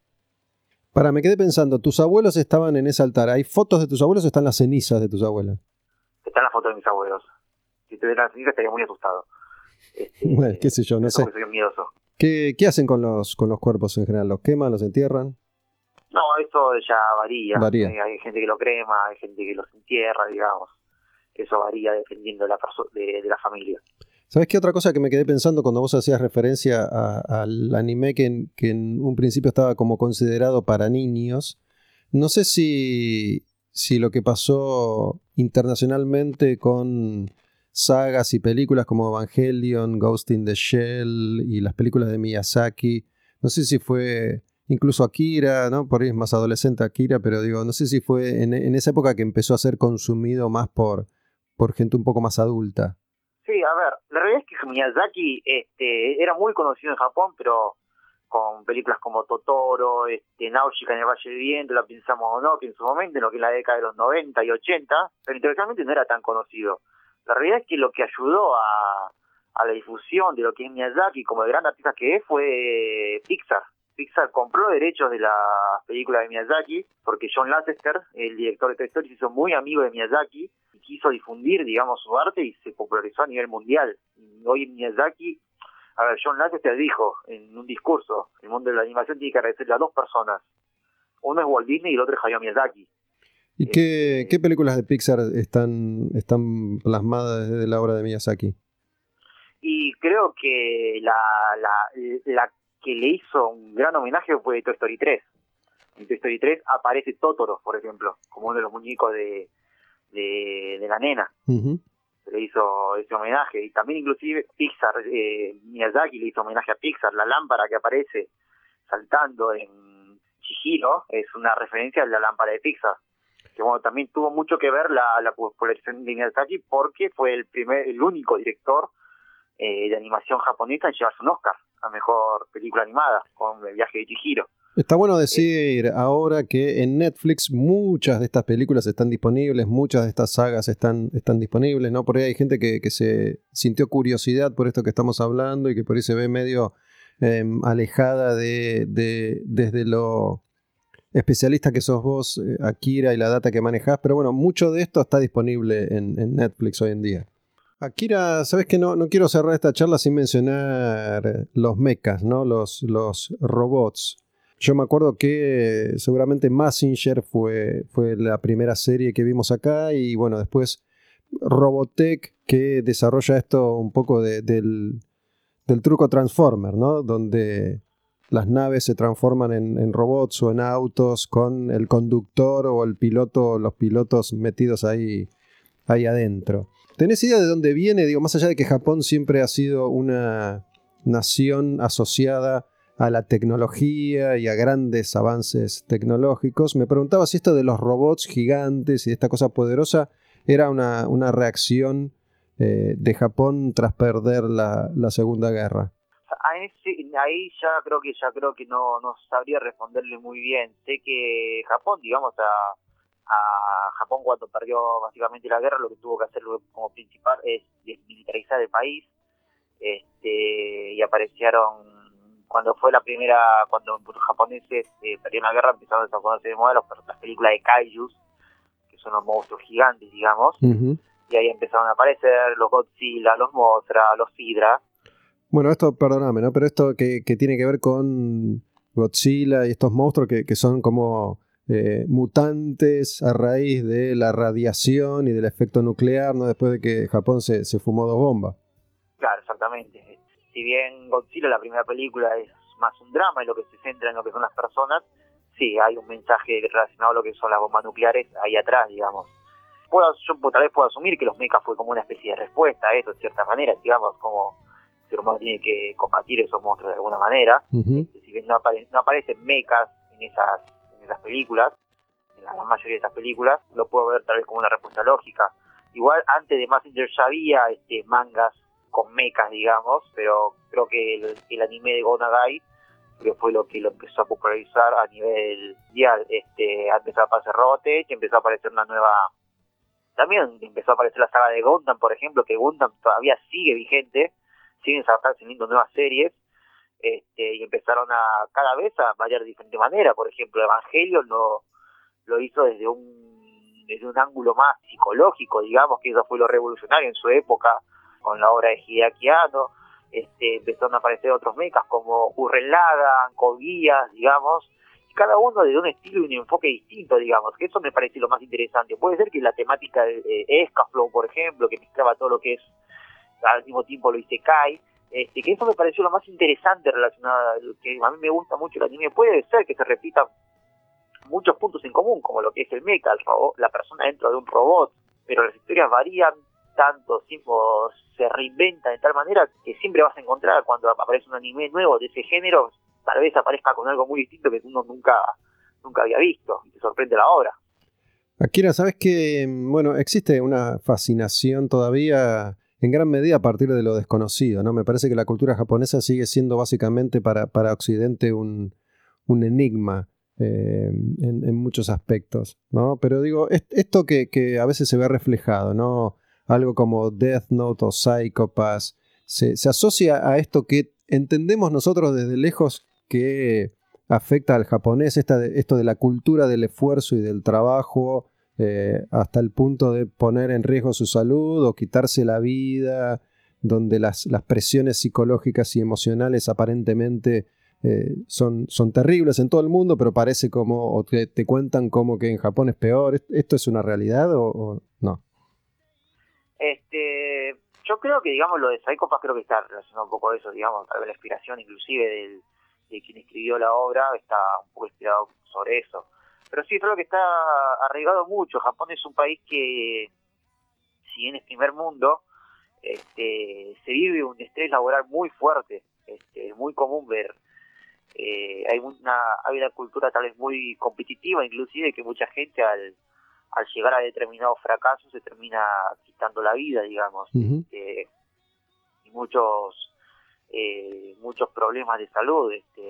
Me quedé pensando, tus abuelos estaban en ese altar. ¿Hay fotos de tus abuelos o están las cenizas de tus abuelos? Están las fotos de mis abuelos. Si tuviera las cenizas estaría muy asustado. Bueno, qué sé yo, no sé. Soy miedoso. ¿Qué hacen con los cuerpos en general? ¿Los queman, los entierran? No, eso ya varía. Varía. Hay gente que lo crema, hay gente que los entierra, digamos. Eso varía dependiendo de la familia. ¿Sabes qué otra cosa que me quedé pensando cuando vos hacías referencia al anime que en un principio estaba como considerado para niños? No sé si lo que pasó internacionalmente con sagas y películas como Evangelion, Ghost in the Shell y las películas de Miyazaki, no sé si fue incluso Akira, ¿no? Por ahí es más adolescente Akira, pero digo, no sé si fue en esa época que empezó a ser consumido más por gente un poco más adulta. Sí, a ver, la realidad es que Miyazaki era muy conocido en Japón, pero con películas como Totoro, Náusica en el Valle del Viento, La Princesa Mononoke en su momento, en lo que es la década de los 90 y 80, pero internacionalmente no era tan conocido. La realidad es que lo que ayudó a la difusión de lo que es Miyazaki como el gran artista que es fue Pixar. Pixar compró derechos de la película de Miyazaki porque John Lasseter, el director de Toy Story, se hizo muy amigo de Miyazaki y quiso difundir, digamos, su arte y se popularizó a nivel mundial. Y hoy Miyazaki, John Lasseter dijo en un discurso, el mundo de la animación tiene que agradecerle a dos personas. Uno es Walt Disney y el otro es Hayao Miyazaki. ¿Y qué películas de Pixar están plasmadas desde la obra de Miyazaki? Y creo que la que le hizo un gran homenaje fue Toy Story 3. En Toy Story 3 aparece Totoro, por ejemplo, como uno de los muñecos de la nena. Uh-huh. Se le hizo ese homenaje. Y también inclusive Pixar, Miyazaki le hizo homenaje a Pixar. La lámpara que aparece saltando en Chihiro es una referencia a la lámpara de Pixar. Que bueno, también tuvo mucho que ver la popularización de Miyazaki porque fue el único director de animación japonesa en llevarse un Oscar a mejor película animada con El viaje de Chihiro. Está bueno decir ahora que en Netflix muchas de estas películas están disponibles, muchas de estas sagas están disponibles, ¿no? Por ahí hay gente que se sintió curiosidad por esto que estamos hablando y que por ahí se ve medio alejada desde lo especialista que sos vos, Akira, y la data que manejás, pero bueno, mucho de esto está disponible en Netflix hoy en día. Akira, sabes que no quiero cerrar esta charla sin mencionar los mechas, ¿no? Los robots. Yo me acuerdo que seguramente Mazinger fue la primera serie que vimos acá, y bueno, después Robotech, que desarrolla esto un poco del truco Transformer, ¿no? Donde las naves se transforman en robots o en autos con el conductor o el piloto, los pilotos metidos ahí adentro. ¿Tenés idea de dónde viene? Digo, más allá de que Japón siempre ha sido una nación asociada a la tecnología y a grandes avances tecnológicos, me preguntaba si esto de los robots gigantes y de esta cosa poderosa era una reacción de Japón tras perder la Segunda Guerra. Ahí ya creo que no sabría responderle muy bien. Sé que Japón, digamos, a Japón cuando perdió básicamente la guerra, lo que tuvo que hacer como principal es desmilitarizar el país, y aparecieron cuando los japoneses perdieron la guerra, empezaron a ponerse de moda las películas de kaijus, que son los monstruos gigantes, digamos. Uh-huh. Y ahí empezaron a aparecer los Godzilla, los Mothra, los Hydra. Bueno, esto, perdóname, ¿no? Pero esto que tiene que ver con Godzilla y estos monstruos que son como mutantes a raíz de la radiación y del efecto nuclear, ¿no? Después de que Japón se fumó 2 bombas. Claro, exactamente. Si bien Godzilla, la primera película, es más un drama en lo que se centra en lo que son las personas, sí, hay un mensaje relacionado a lo que son las bombas nucleares ahí atrás, digamos. Yo tal vez puedo asumir que los mechas fue como una especie de respuesta a eso, de cierta manera, digamos, como el ser humano tiene que combatir esos monstruos de alguna manera. Uh-huh. Si bien no aparecen mechas en esas películas, en la gran mayoría de esas películas, lo puedo ver tal vez como una respuesta lógica. Igual antes de Mazinger ya había mangas con mechas, digamos, pero creo que el anime de Go Nagai fue lo que lo empezó a popularizar a nivel mundial. Empezó a aparecer Robotech, empezó a aparecer una nueva... También empezó a aparecer la saga de Gundam, por ejemplo, que Gundam todavía sigue vigente, siguen saliendo nuevas series, y empezaron cada vez a variar de diferente manera. Por ejemplo, Evangelion lo hizo desde un ángulo más psicológico, digamos, que eso fue lo revolucionario en su época, con la obra de Hideaki Anno. Empezaron a aparecer otros mechas como Gurren Lagann, Code Geass, digamos, cada uno de un estilo y un enfoque distinto, digamos, que eso me parece lo más interesante. Puede ser que la temática de Escaflow, por ejemplo, que mezclaba todo lo que es al mismo tiempo lo isekai, que eso me pareció lo más interesante relacionado a lo que a mí me gusta mucho el anime. Puede ser que se repitan muchos puntos en común, como lo que es el mecha, la persona dentro de un robot, pero las historias varían tanto, se reinventan de tal manera que siempre vas a encontrar, cuando aparece un anime nuevo de ese género, tal vez aparezca con algo muy distinto que uno nunca había visto, y te sorprende la obra. Akira, sabes que, bueno, existe una fascinación todavía en gran medida a partir de lo desconocido, ¿no? Me parece que la cultura japonesa sigue siendo básicamente para Occidente un enigma en muchos aspectos, ¿no? Pero digo, esto que a veces se ve reflejado, ¿no? Algo como Death Note o Psycho Pass, se asocia a esto que entendemos nosotros desde lejos que afecta al japonés, esto de la cultura del esfuerzo y del trabajo, hasta el punto de poner en riesgo su salud o quitarse la vida, donde las presiones psicológicas y emocionales aparentemente son terribles en todo el mundo, pero parece como, o te cuentan como que en Japón es peor. ¿Esto es una realidad o no? Yo creo que, digamos, lo de Psycho Pass creo que está relacionado un poco a eso, digamos, tal vez la inspiración inclusive de quien escribió la obra está un poco inspirado sobre eso. Pero sí, creo que está arraigado mucho. Japón es un país que, si bien es primer mundo, se vive un estrés laboral muy fuerte. Es muy común ver. Hay una cultura tal vez muy competitiva, inclusive, que mucha gente al llegar a determinados fracasos se termina quitando la vida, digamos. Uh-huh. Y muchos problemas de salud.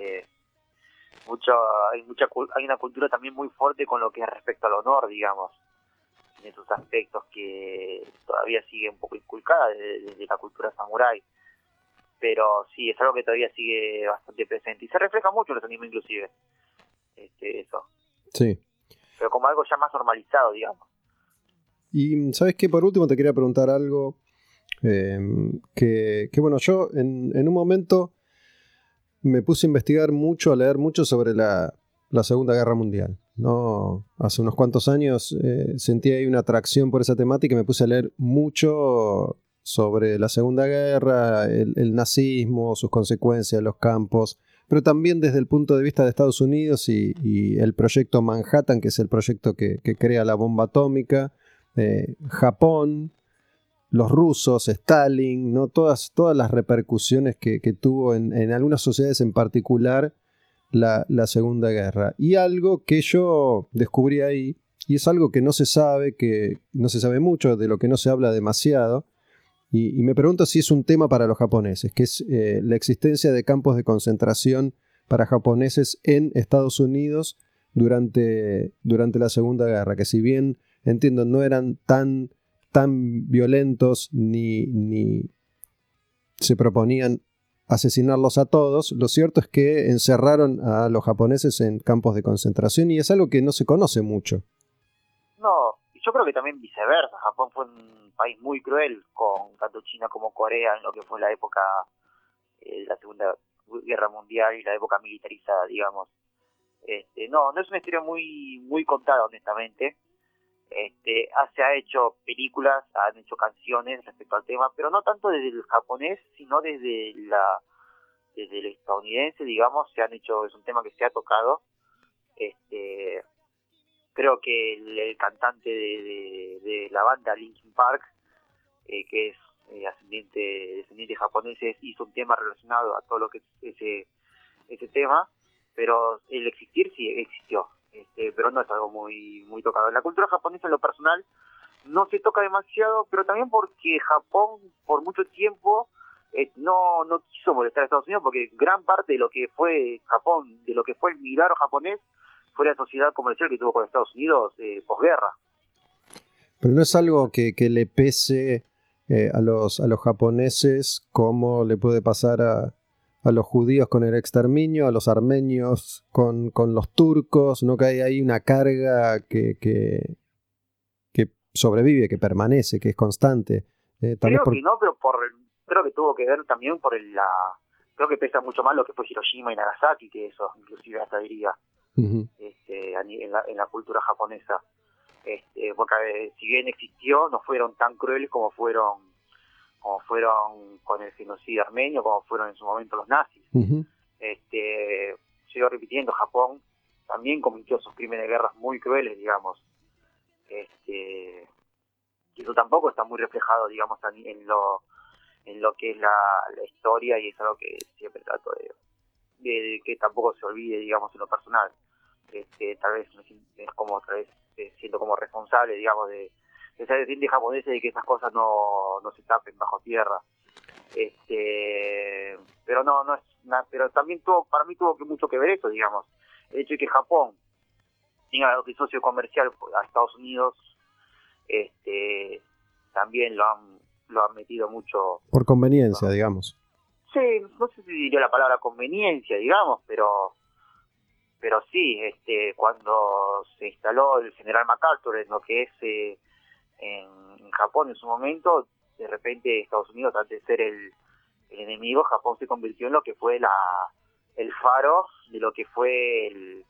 Hay una cultura también muy fuerte con lo que es respecto al honor, digamos, en esos aspectos que todavía sigue un poco inculcada desde la cultura samurái. Pero sí, es algo que todavía sigue bastante presente y se refleja mucho en los animes, inclusive. Eso. Sí. Pero como algo ya más normalizado, digamos. Y ¿sabes qué? Por último te quería preguntar algo que bueno, yo en un momento me puse a investigar mucho, a leer mucho sobre la Segunda Guerra Mundial, ¿no? Hace unos cuantos años sentí ahí una atracción por esa temática y me puse a leer mucho sobre la Segunda Guerra, el nazismo, sus consecuencias, los campos, pero también desde el punto de vista de Estados Unidos y el proyecto Manhattan, que es el proyecto que crea la bomba atómica, Japón, los rusos, Stalin, ¿no? Todas las repercusiones que tuvo en algunas sociedades en particular la Segunda Guerra. Y algo que yo descubrí ahí, y es algo que no se sabe mucho, de lo que no se habla demasiado, y me pregunto si es un tema para los japoneses, que es la existencia de campos de concentración para japoneses en Estados Unidos durante la Segunda Guerra, que si bien, entiendo, no eran tan violentos ni se proponían asesinarlos a todos, lo cierto es que encerraron a los japoneses en campos de concentración y es algo que no se conoce mucho. No, yo creo que también viceversa. Japón fue un país muy cruel con tanto China como Corea en lo que fue la época de la Segunda Guerra Mundial y la época militarizada, digamos. No es una historia muy contada, honestamente. Se ha hecho películas, han hecho canciones respecto al tema, pero no tanto desde el japonés, sino desde el estadounidense, digamos. Es un tema que se ha tocado. Creo que el cantante de la banda Linkin Park, que es descendiente de japoneses, hizo un tema relacionado a todo lo que es ese tema, pero el existir sí existió. Pero no es algo muy tocado. En la cultura japonesa, en lo personal, no se toca demasiado, pero también porque Japón, por mucho tiempo, no quiso molestar a Estados Unidos, porque gran parte de lo que fue Japón, de lo que fue el milagro japonés, fue la sociedad comercial que tuvo con Estados Unidos posguerra. Pero no es algo que le pese a los japoneses como le puede pasar a los judíos con el exterminio, a los armenios con los turcos, ¿no? Que hay ahí una carga que sobrevive, que permanece, que es constante. Creo que no, pero creo que tuvo que ver también creo que pesa mucho más lo que fue Hiroshima y Nagasaki que eso, inclusive hasta diría, uh-huh. En la cultura japonesa. Porque si bien existió, no fueron tan crueles como fueron con el genocidio armenio, como fueron en su momento los nazis. Uh-huh. Sigo repitiendo, Japón también cometió sus crímenes de guerra muy crueles, digamos. Y eso tampoco está muy reflejado, digamos, en lo que es la historia, y es algo que siempre trato de que tampoco se olvide, digamos, en lo personal. Tal vez es como otra vez siento como responsable, digamos, de ser descendiente japonés, de que esas cosas no se tapen bajo tierra. Pero no es nada, pero también para mí tuvo mucho que ver eso, digamos, el hecho de que Japón tenga de socio comercial a Estados Unidos, también lo han metido mucho por conveniencia, digamos. Sí, no sé si diría la palabra conveniencia, digamos, pero sí, cuando se instaló el general MacArthur en lo que es en Japón en su momento, de repente Estados Unidos, antes de ser el enemigo, Japón se convirtió en lo que fue el faro de lo que fue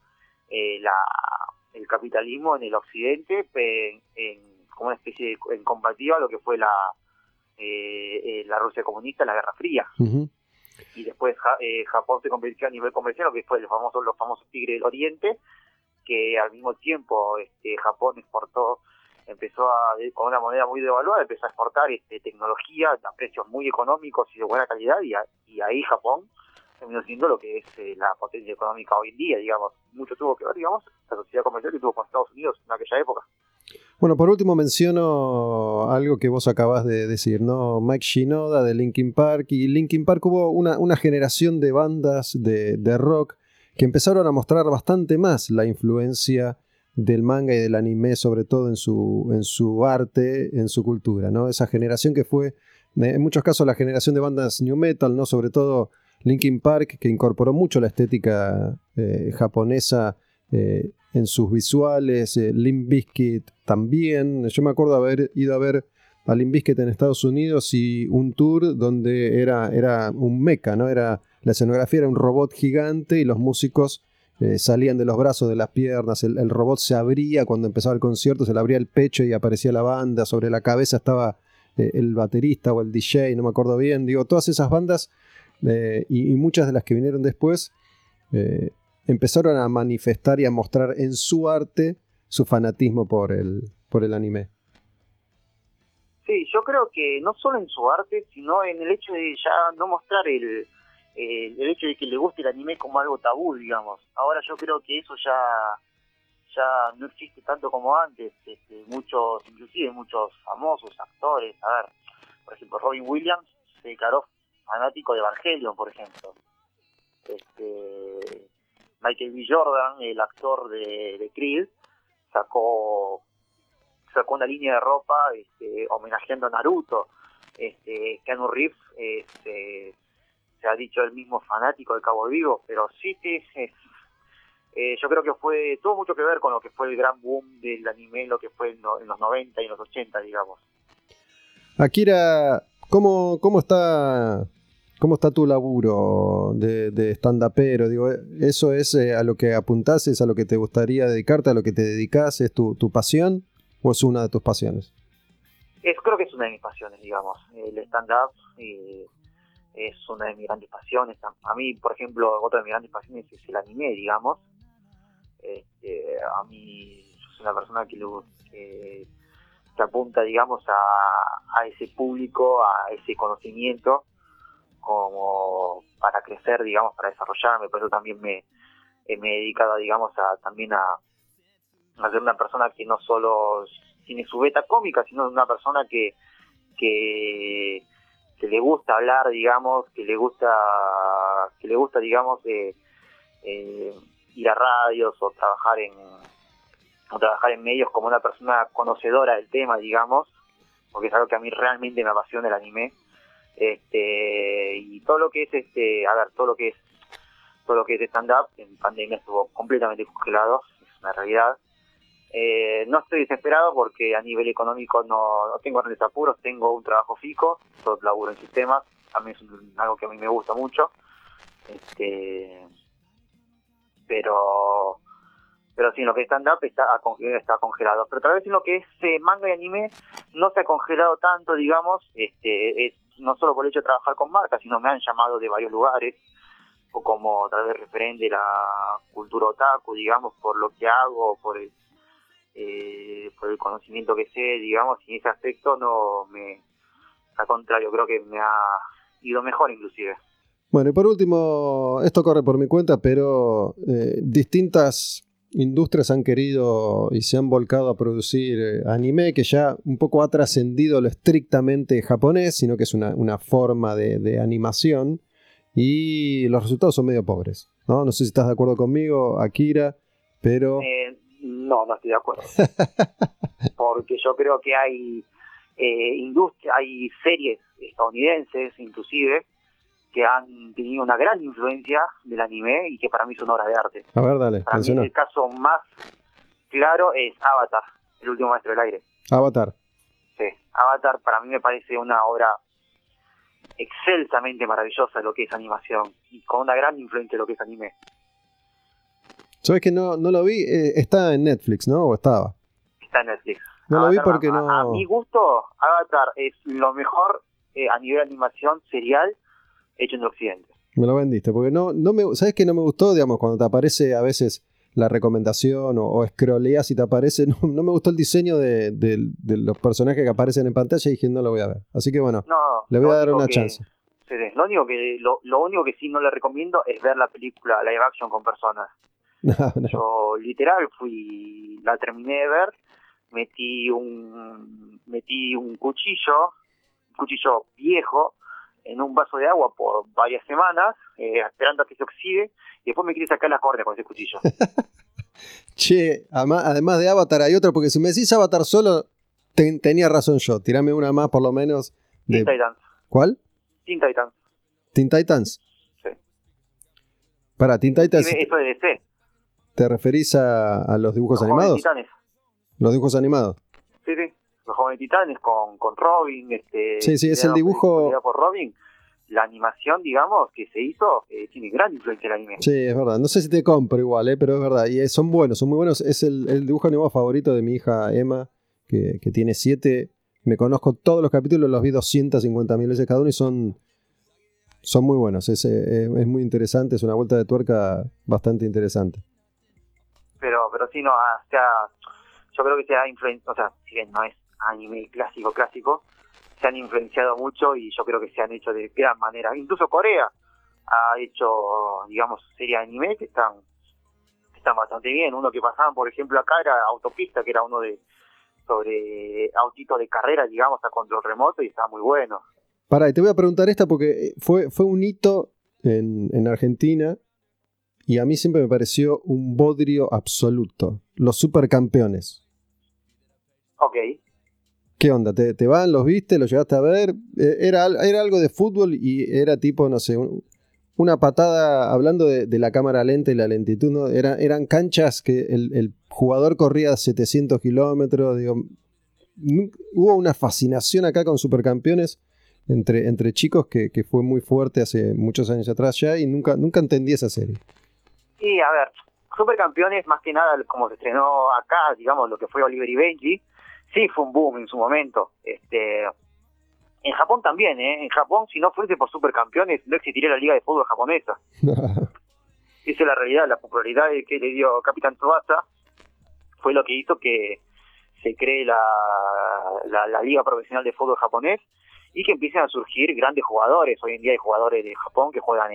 el capitalismo en el occidente, como una especie en combativa a lo que fue la Rusia comunista en la Guerra Fría. Uh-huh. Y después Japón se convirtió a nivel comercial, lo que fue los famosos tigres del Oriente, que al mismo tiempo Japón empezó con una moneda muy devaluada, empezó a exportar tecnología a precios muy económicos y de buena calidad, y ahí Japón terminó siendo lo que es la potencia económica hoy en día, digamos. Mucho tuvo que ver, digamos, la sociedad comercial que tuvo con Estados Unidos en aquella época. Bueno, por último menciono algo que vos acabás de decir, ¿no? Mike Shinoda de Linkin Park, y Linkin Park hubo una generación de bandas de rock que empezaron a mostrar bastante más la influencia del manga y del anime, sobre todo en su arte, en su cultura, ¿no? Esa generación que fue, en muchos casos, la generación de bandas new metal, ¿no? Sobre todo Linkin Park, que incorporó mucho la estética japonesa en sus visuales, Limp Bizkit también. Yo me acuerdo haber ido a ver a Limp Bizkit en Estados Unidos y un tour donde era un mecha, ¿no? La escenografía era un robot gigante y los músicos salían de los brazos, de las piernas, el robot se abría cuando empezaba el concierto, se le abría el pecho y aparecía la banda, sobre la cabeza estaba el baterista o el DJ, no me acuerdo bien. Digo, todas esas bandas y muchas de las que vinieron después empezaron a manifestar y a mostrar en su arte su fanatismo por el anime. Sí, yo creo que no solo en su arte, sino en el hecho de ya no mostrar el hecho de que le guste el anime como algo tabú, digamos. Ahora yo creo que eso ya no existe tanto como antes. Inclusive muchos famosos actores, a ver, por ejemplo, Robin Williams se declaró fanático de Evangelion, por ejemplo. Michael B. Jordan, el actor de Creed, sacó una línea de ropa homenajeando a Naruto. Keanu Reeves se ha dicho el mismo fanático de Cabo Vivo, pero sí yo creo que tuvo mucho que ver con lo que fue el gran boom del anime, lo que fue en los 90 y en los 80, digamos. Akira, ¿cómo está tu laburo de stand-upero? Digo, ¿eso es a lo que apuntás, es a lo que te gustaría dedicarte, a lo que te dedicás, es tu pasión o es una de tus pasiones? Creo que es una de mis pasiones, digamos. El stand-up es una de mis grandes pasiones. A mí, por ejemplo, otra de mis grandes pasiones es el anime, digamos. A mí, yo soy una persona que apunta, digamos, a ese público, a ese conocimiento, como para crecer, digamos, para desarrollarme. Por eso también me he dedicado, digamos, también a ser una persona que no solo tiene su beta cómica, sino una persona que le gusta hablar, digamos, que le gusta, digamos, ir a radios o trabajar en medios como una persona conocedora del tema, digamos, porque es algo que a mí realmente me apasiona, el anime. Y todo lo que es todo lo que es stand-up en pandemia estuvo completamente congelado, es una realidad. No estoy desesperado porque a nivel económico no tengo grandes apuros, tengo un trabajo fijo, todo laburo en sistemas, también es algo que a mí me gusta mucho, pero sí, en lo que es stand-up está congelado, pero tal vez en lo que es manga y anime no se ha congelado tanto, digamos, no solo por el hecho de trabajar con marcas, sino me han llamado de varios lugares, o como tal vez referente a la cultura otaku, digamos, por lo que hago, por el conocimiento que sé, digamos, y en ese aspecto al contrario, creo que me ha ido mejor inclusive. Bueno, y por último, esto corre por mi cuenta, pero distintas industrias han querido y se han volcado a producir anime que ya un poco ha trascendido lo estrictamente japonés, sino que es una forma de animación, y los resultados son medio pobres, ¿no? No sé si estás de acuerdo conmigo, Akira, pero... No estoy de acuerdo. Porque yo creo que hay hay series estadounidenses, inclusive, que han tenido una gran influencia del anime y que para mí son obras de arte. A ver, dale, para mí el caso más claro es Avatar, el último maestro del aire. Avatar. Sí, Avatar para mí me parece una obra excelsamente maravillosa de lo que es animación y con una gran influencia de lo que es anime. ¿Sabes que no lo vi? Está en Netflix, ¿no? ¿O estaba? Está en Netflix. No Avatar, lo vi porque no... A mi gusto, Avatar es lo mejor a nivel de animación serial hecho en el occidente. Me lo vendiste, porque ¿sabes que no me gustó? Digamos, cuando te aparece a veces la recomendación o scrolleas y te aparece, no me gustó el diseño de los personajes que aparecen en pantalla y dije, no lo voy a ver. Así que bueno, le voy a dar una chance. Sí, lo único que sí no le recomiendo es ver la película live action con personas. No. Yo literal la terminé de ver, metí un cuchillo viejo en un vaso de agua por varias semanas, esperando a que se oxide, y después me quise sacar la córnea con ese cuchillo. Che, además de Avatar hay otro, porque si me decís Avatar solo, tenía razón yo. Tirame una más por lo menos. Teen Titans. ¿Cuál? Teen Titans. ¿Teen Titans? Sí. Para, Teen Titans... Eso de DC. ¿Te referís a los dibujos Los animados? Jóvenes Titanes. Los dibujos animados. Sí. Los Jóvenes Titanes con Robin. Sí, es el dibujo... Por Robin. La animación, digamos, que se hizo, tiene gran influencia en el anime. Sí, es verdad. No sé si te compro igual, pero es verdad. Y son buenos, son muy buenos. Es el dibujo animado favorito de mi hija Emma, que tiene 7. Me conozco todos los capítulos, los vi 250.000 veces cada uno y son muy buenos. Es muy interesante, es una vuelta de tuerca bastante interesante. Pero sí, no, o sea, yo creo que se ha influenciado, o sea, si bien no es anime clásico, se han influenciado mucho y yo creo que se han hecho de gran manera. Incluso Corea ha hecho, digamos, series de anime que están bastante bien. Uno que pasaban, por ejemplo, acá era Autopista, que era uno sobre autitos de carrera, digamos, a control remoto, y estaba muy bueno. Pará, y te voy a preguntar esta porque fue un hito en Argentina y a mí siempre me pareció un bodrio absoluto. Los Supercampeones. Ok. ¿Qué onda? ¿Te van? ¿Los viste? ¿Los llegaste a ver? Era algo de fútbol y era tipo, no sé, una patada, hablando de la cámara lenta y la lentitud, ¿no? Eran canchas que el jugador corría a 700 kilómetros, digo. Hubo una fascinación acá con Supercampeones entre chicos que fue muy fuerte hace muchos años atrás ya y nunca entendí esa serie. Y a ver, Supercampeones, más que nada, como se estrenó acá, digamos, lo que fue Oliver y Benji, sí fue un boom en su momento. En Japón también, En Japón, si no fuese por Supercampeones, no existiría la Liga de Fútbol japonesa. Esa es la realidad. La popularidad que le dio Capitán Tsubasa fue lo que hizo que se cree la Liga Profesional de Fútbol japonés y que empiecen a surgir grandes jugadores. Hoy en día hay jugadores de Japón que juegan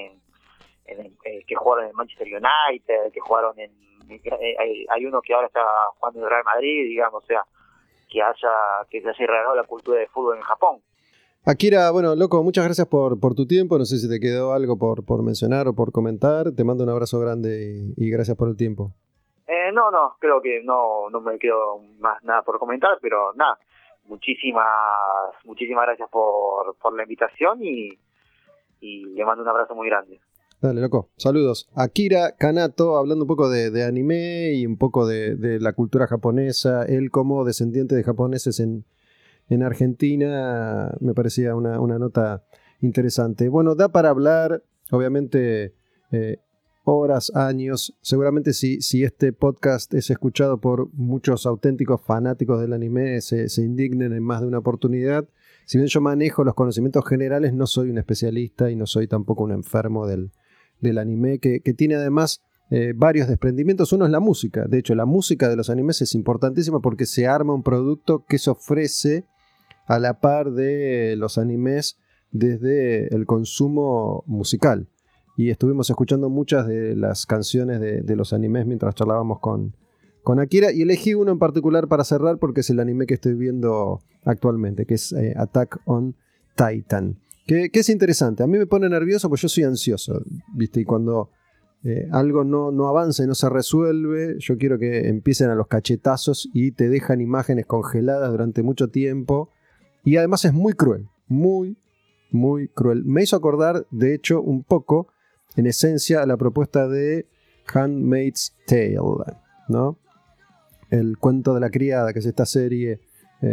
que jugaron en Manchester United, que jugaron hay uno que ahora está jugando en el Real Madrid, digamos, o sea, que se haya irradiado la cultura de fútbol en Japón. Akira, bueno, loco, muchas gracias por tu tiempo. No sé si te quedó algo por mencionar o por comentar. Te mando un abrazo grande y gracias por el tiempo. No, creo que no me quedó más nada por comentar, pero nada, muchísimas gracias por la invitación y le mando un abrazo muy grande. Dale, loco. Saludos. Akira Kanato, hablando un poco de anime y un poco de la cultura japonesa. Él como descendiente de japoneses en Argentina, me parecía una nota interesante. Bueno, da para hablar, obviamente, horas, años. Seguramente si este podcast es escuchado por muchos auténticos fanáticos del anime, se indignen en más de una oportunidad. Si bien yo manejo los conocimientos generales, no soy un especialista y no soy tampoco un enfermo del anime, que tiene además varios desprendimientos. Uno es la música. De hecho, la música de los animes es importantísima porque se arma un producto que se ofrece a la par de los animes desde el consumo musical. Y estuvimos escuchando muchas de las canciones de los animes mientras charlábamos con Akira, y elegí uno en particular para cerrar porque es el anime que estoy viendo actualmente, que es Attack on Titan. Que es interesante. A mí me pone nervioso porque yo soy ansioso, ¿viste? Y cuando algo no avanza y no se resuelve, yo quiero que empiecen a los cachetazos y te dejan imágenes congeladas durante mucho tiempo. Y además es muy cruel, muy, muy cruel. Me hizo acordar, de hecho, un poco, en esencia, a la propuesta de Handmaid's Tale, ¿no? El cuento de la criada, que es esta serie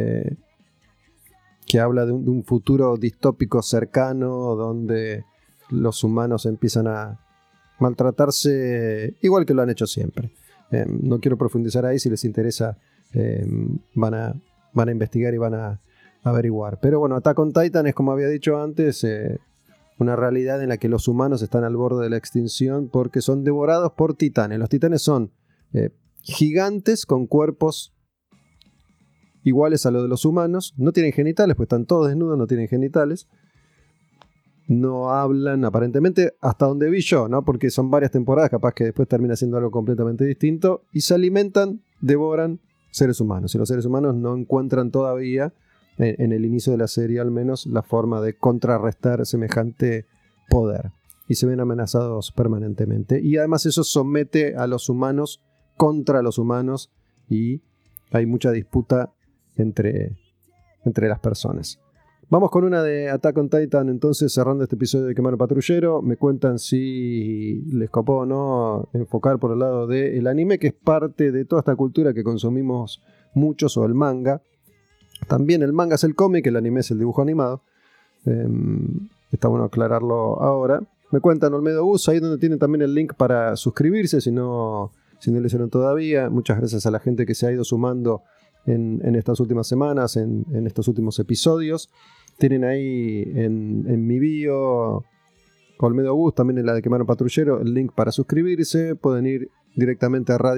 que habla de un futuro distópico cercano donde los humanos empiezan a maltratarse igual que lo han hecho siempre. No quiero profundizar ahí, si les interesa van a investigar y van a averiguar. Pero bueno, Attack on Titan es, como había dicho antes, una realidad en la que los humanos están al borde de la extinción porque son devorados por titanes. Los titanes son gigantes con cuerpos iguales a los de los humanos. No tienen genitales, pues están todos desnudos, no tienen genitales. No hablan aparentemente, hasta donde vi yo, ¿no? Porque son varias temporadas, capaz que después termina siendo algo completamente distinto. Y se alimentan, devoran seres humanos. Y los seres humanos no encuentran todavía, en el inicio de la serie al menos, la forma de contrarrestar semejante poder. Y se ven amenazados permanentemente. Y además eso somete a los humanos contra los humanos y hay mucha disputa entre las personas. Vamos con una de Attack on Titan, entonces, cerrando este episodio de Quemar un Patrullero. Me cuentan si les copó o no enfocar por el lado del anime, que es parte de toda esta cultura que consumimos muchos, o el manga. También el manga es el cómic, el anime es el dibujo animado. Está bueno aclararlo ahora. Me cuentan Olmedo Gus, ahí donde tienen también el link para suscribirse, si no lo hicieron todavía. Muchas gracias a la gente que se ha ido sumando en estas últimas semanas, en estos últimos episodios. Tienen ahí en mi bio, Olmedo Gus, también en la de Quemar un Patrullero, el link para suscribirse. Pueden ir directamente a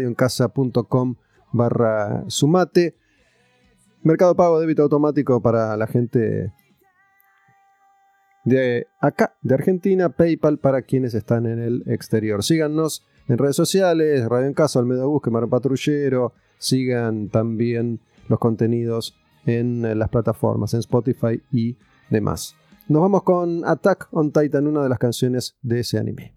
radioencasa.com/sumate. Mercado Pago, débito automático para la gente de acá, de Argentina. PayPal para quienes están en el exterior. Síganos en redes sociales, Radio en Casa, Olmedo Gus, Quemar un Patrullero. Sigan también los contenidos en las plataformas, en Spotify y demás. Nos vamos con Attack on Titan, una de las canciones de ese anime.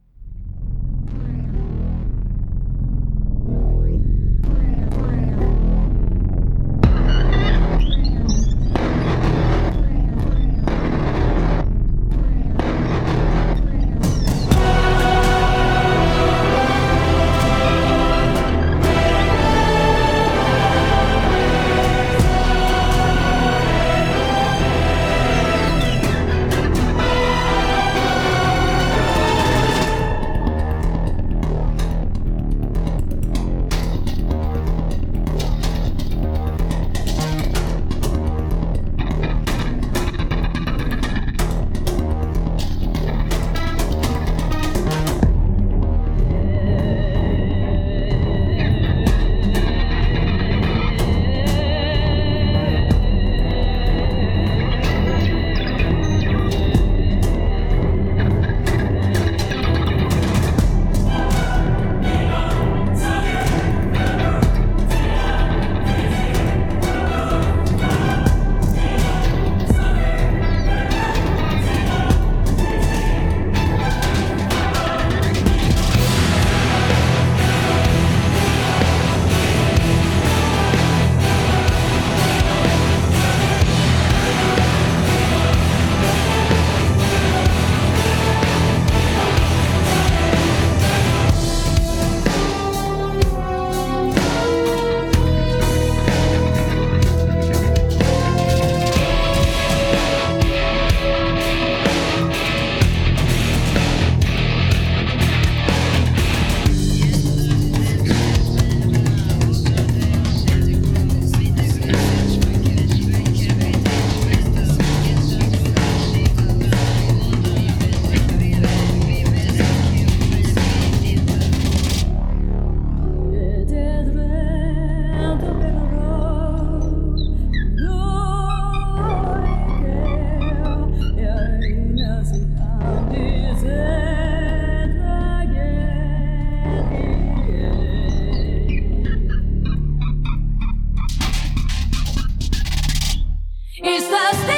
Estás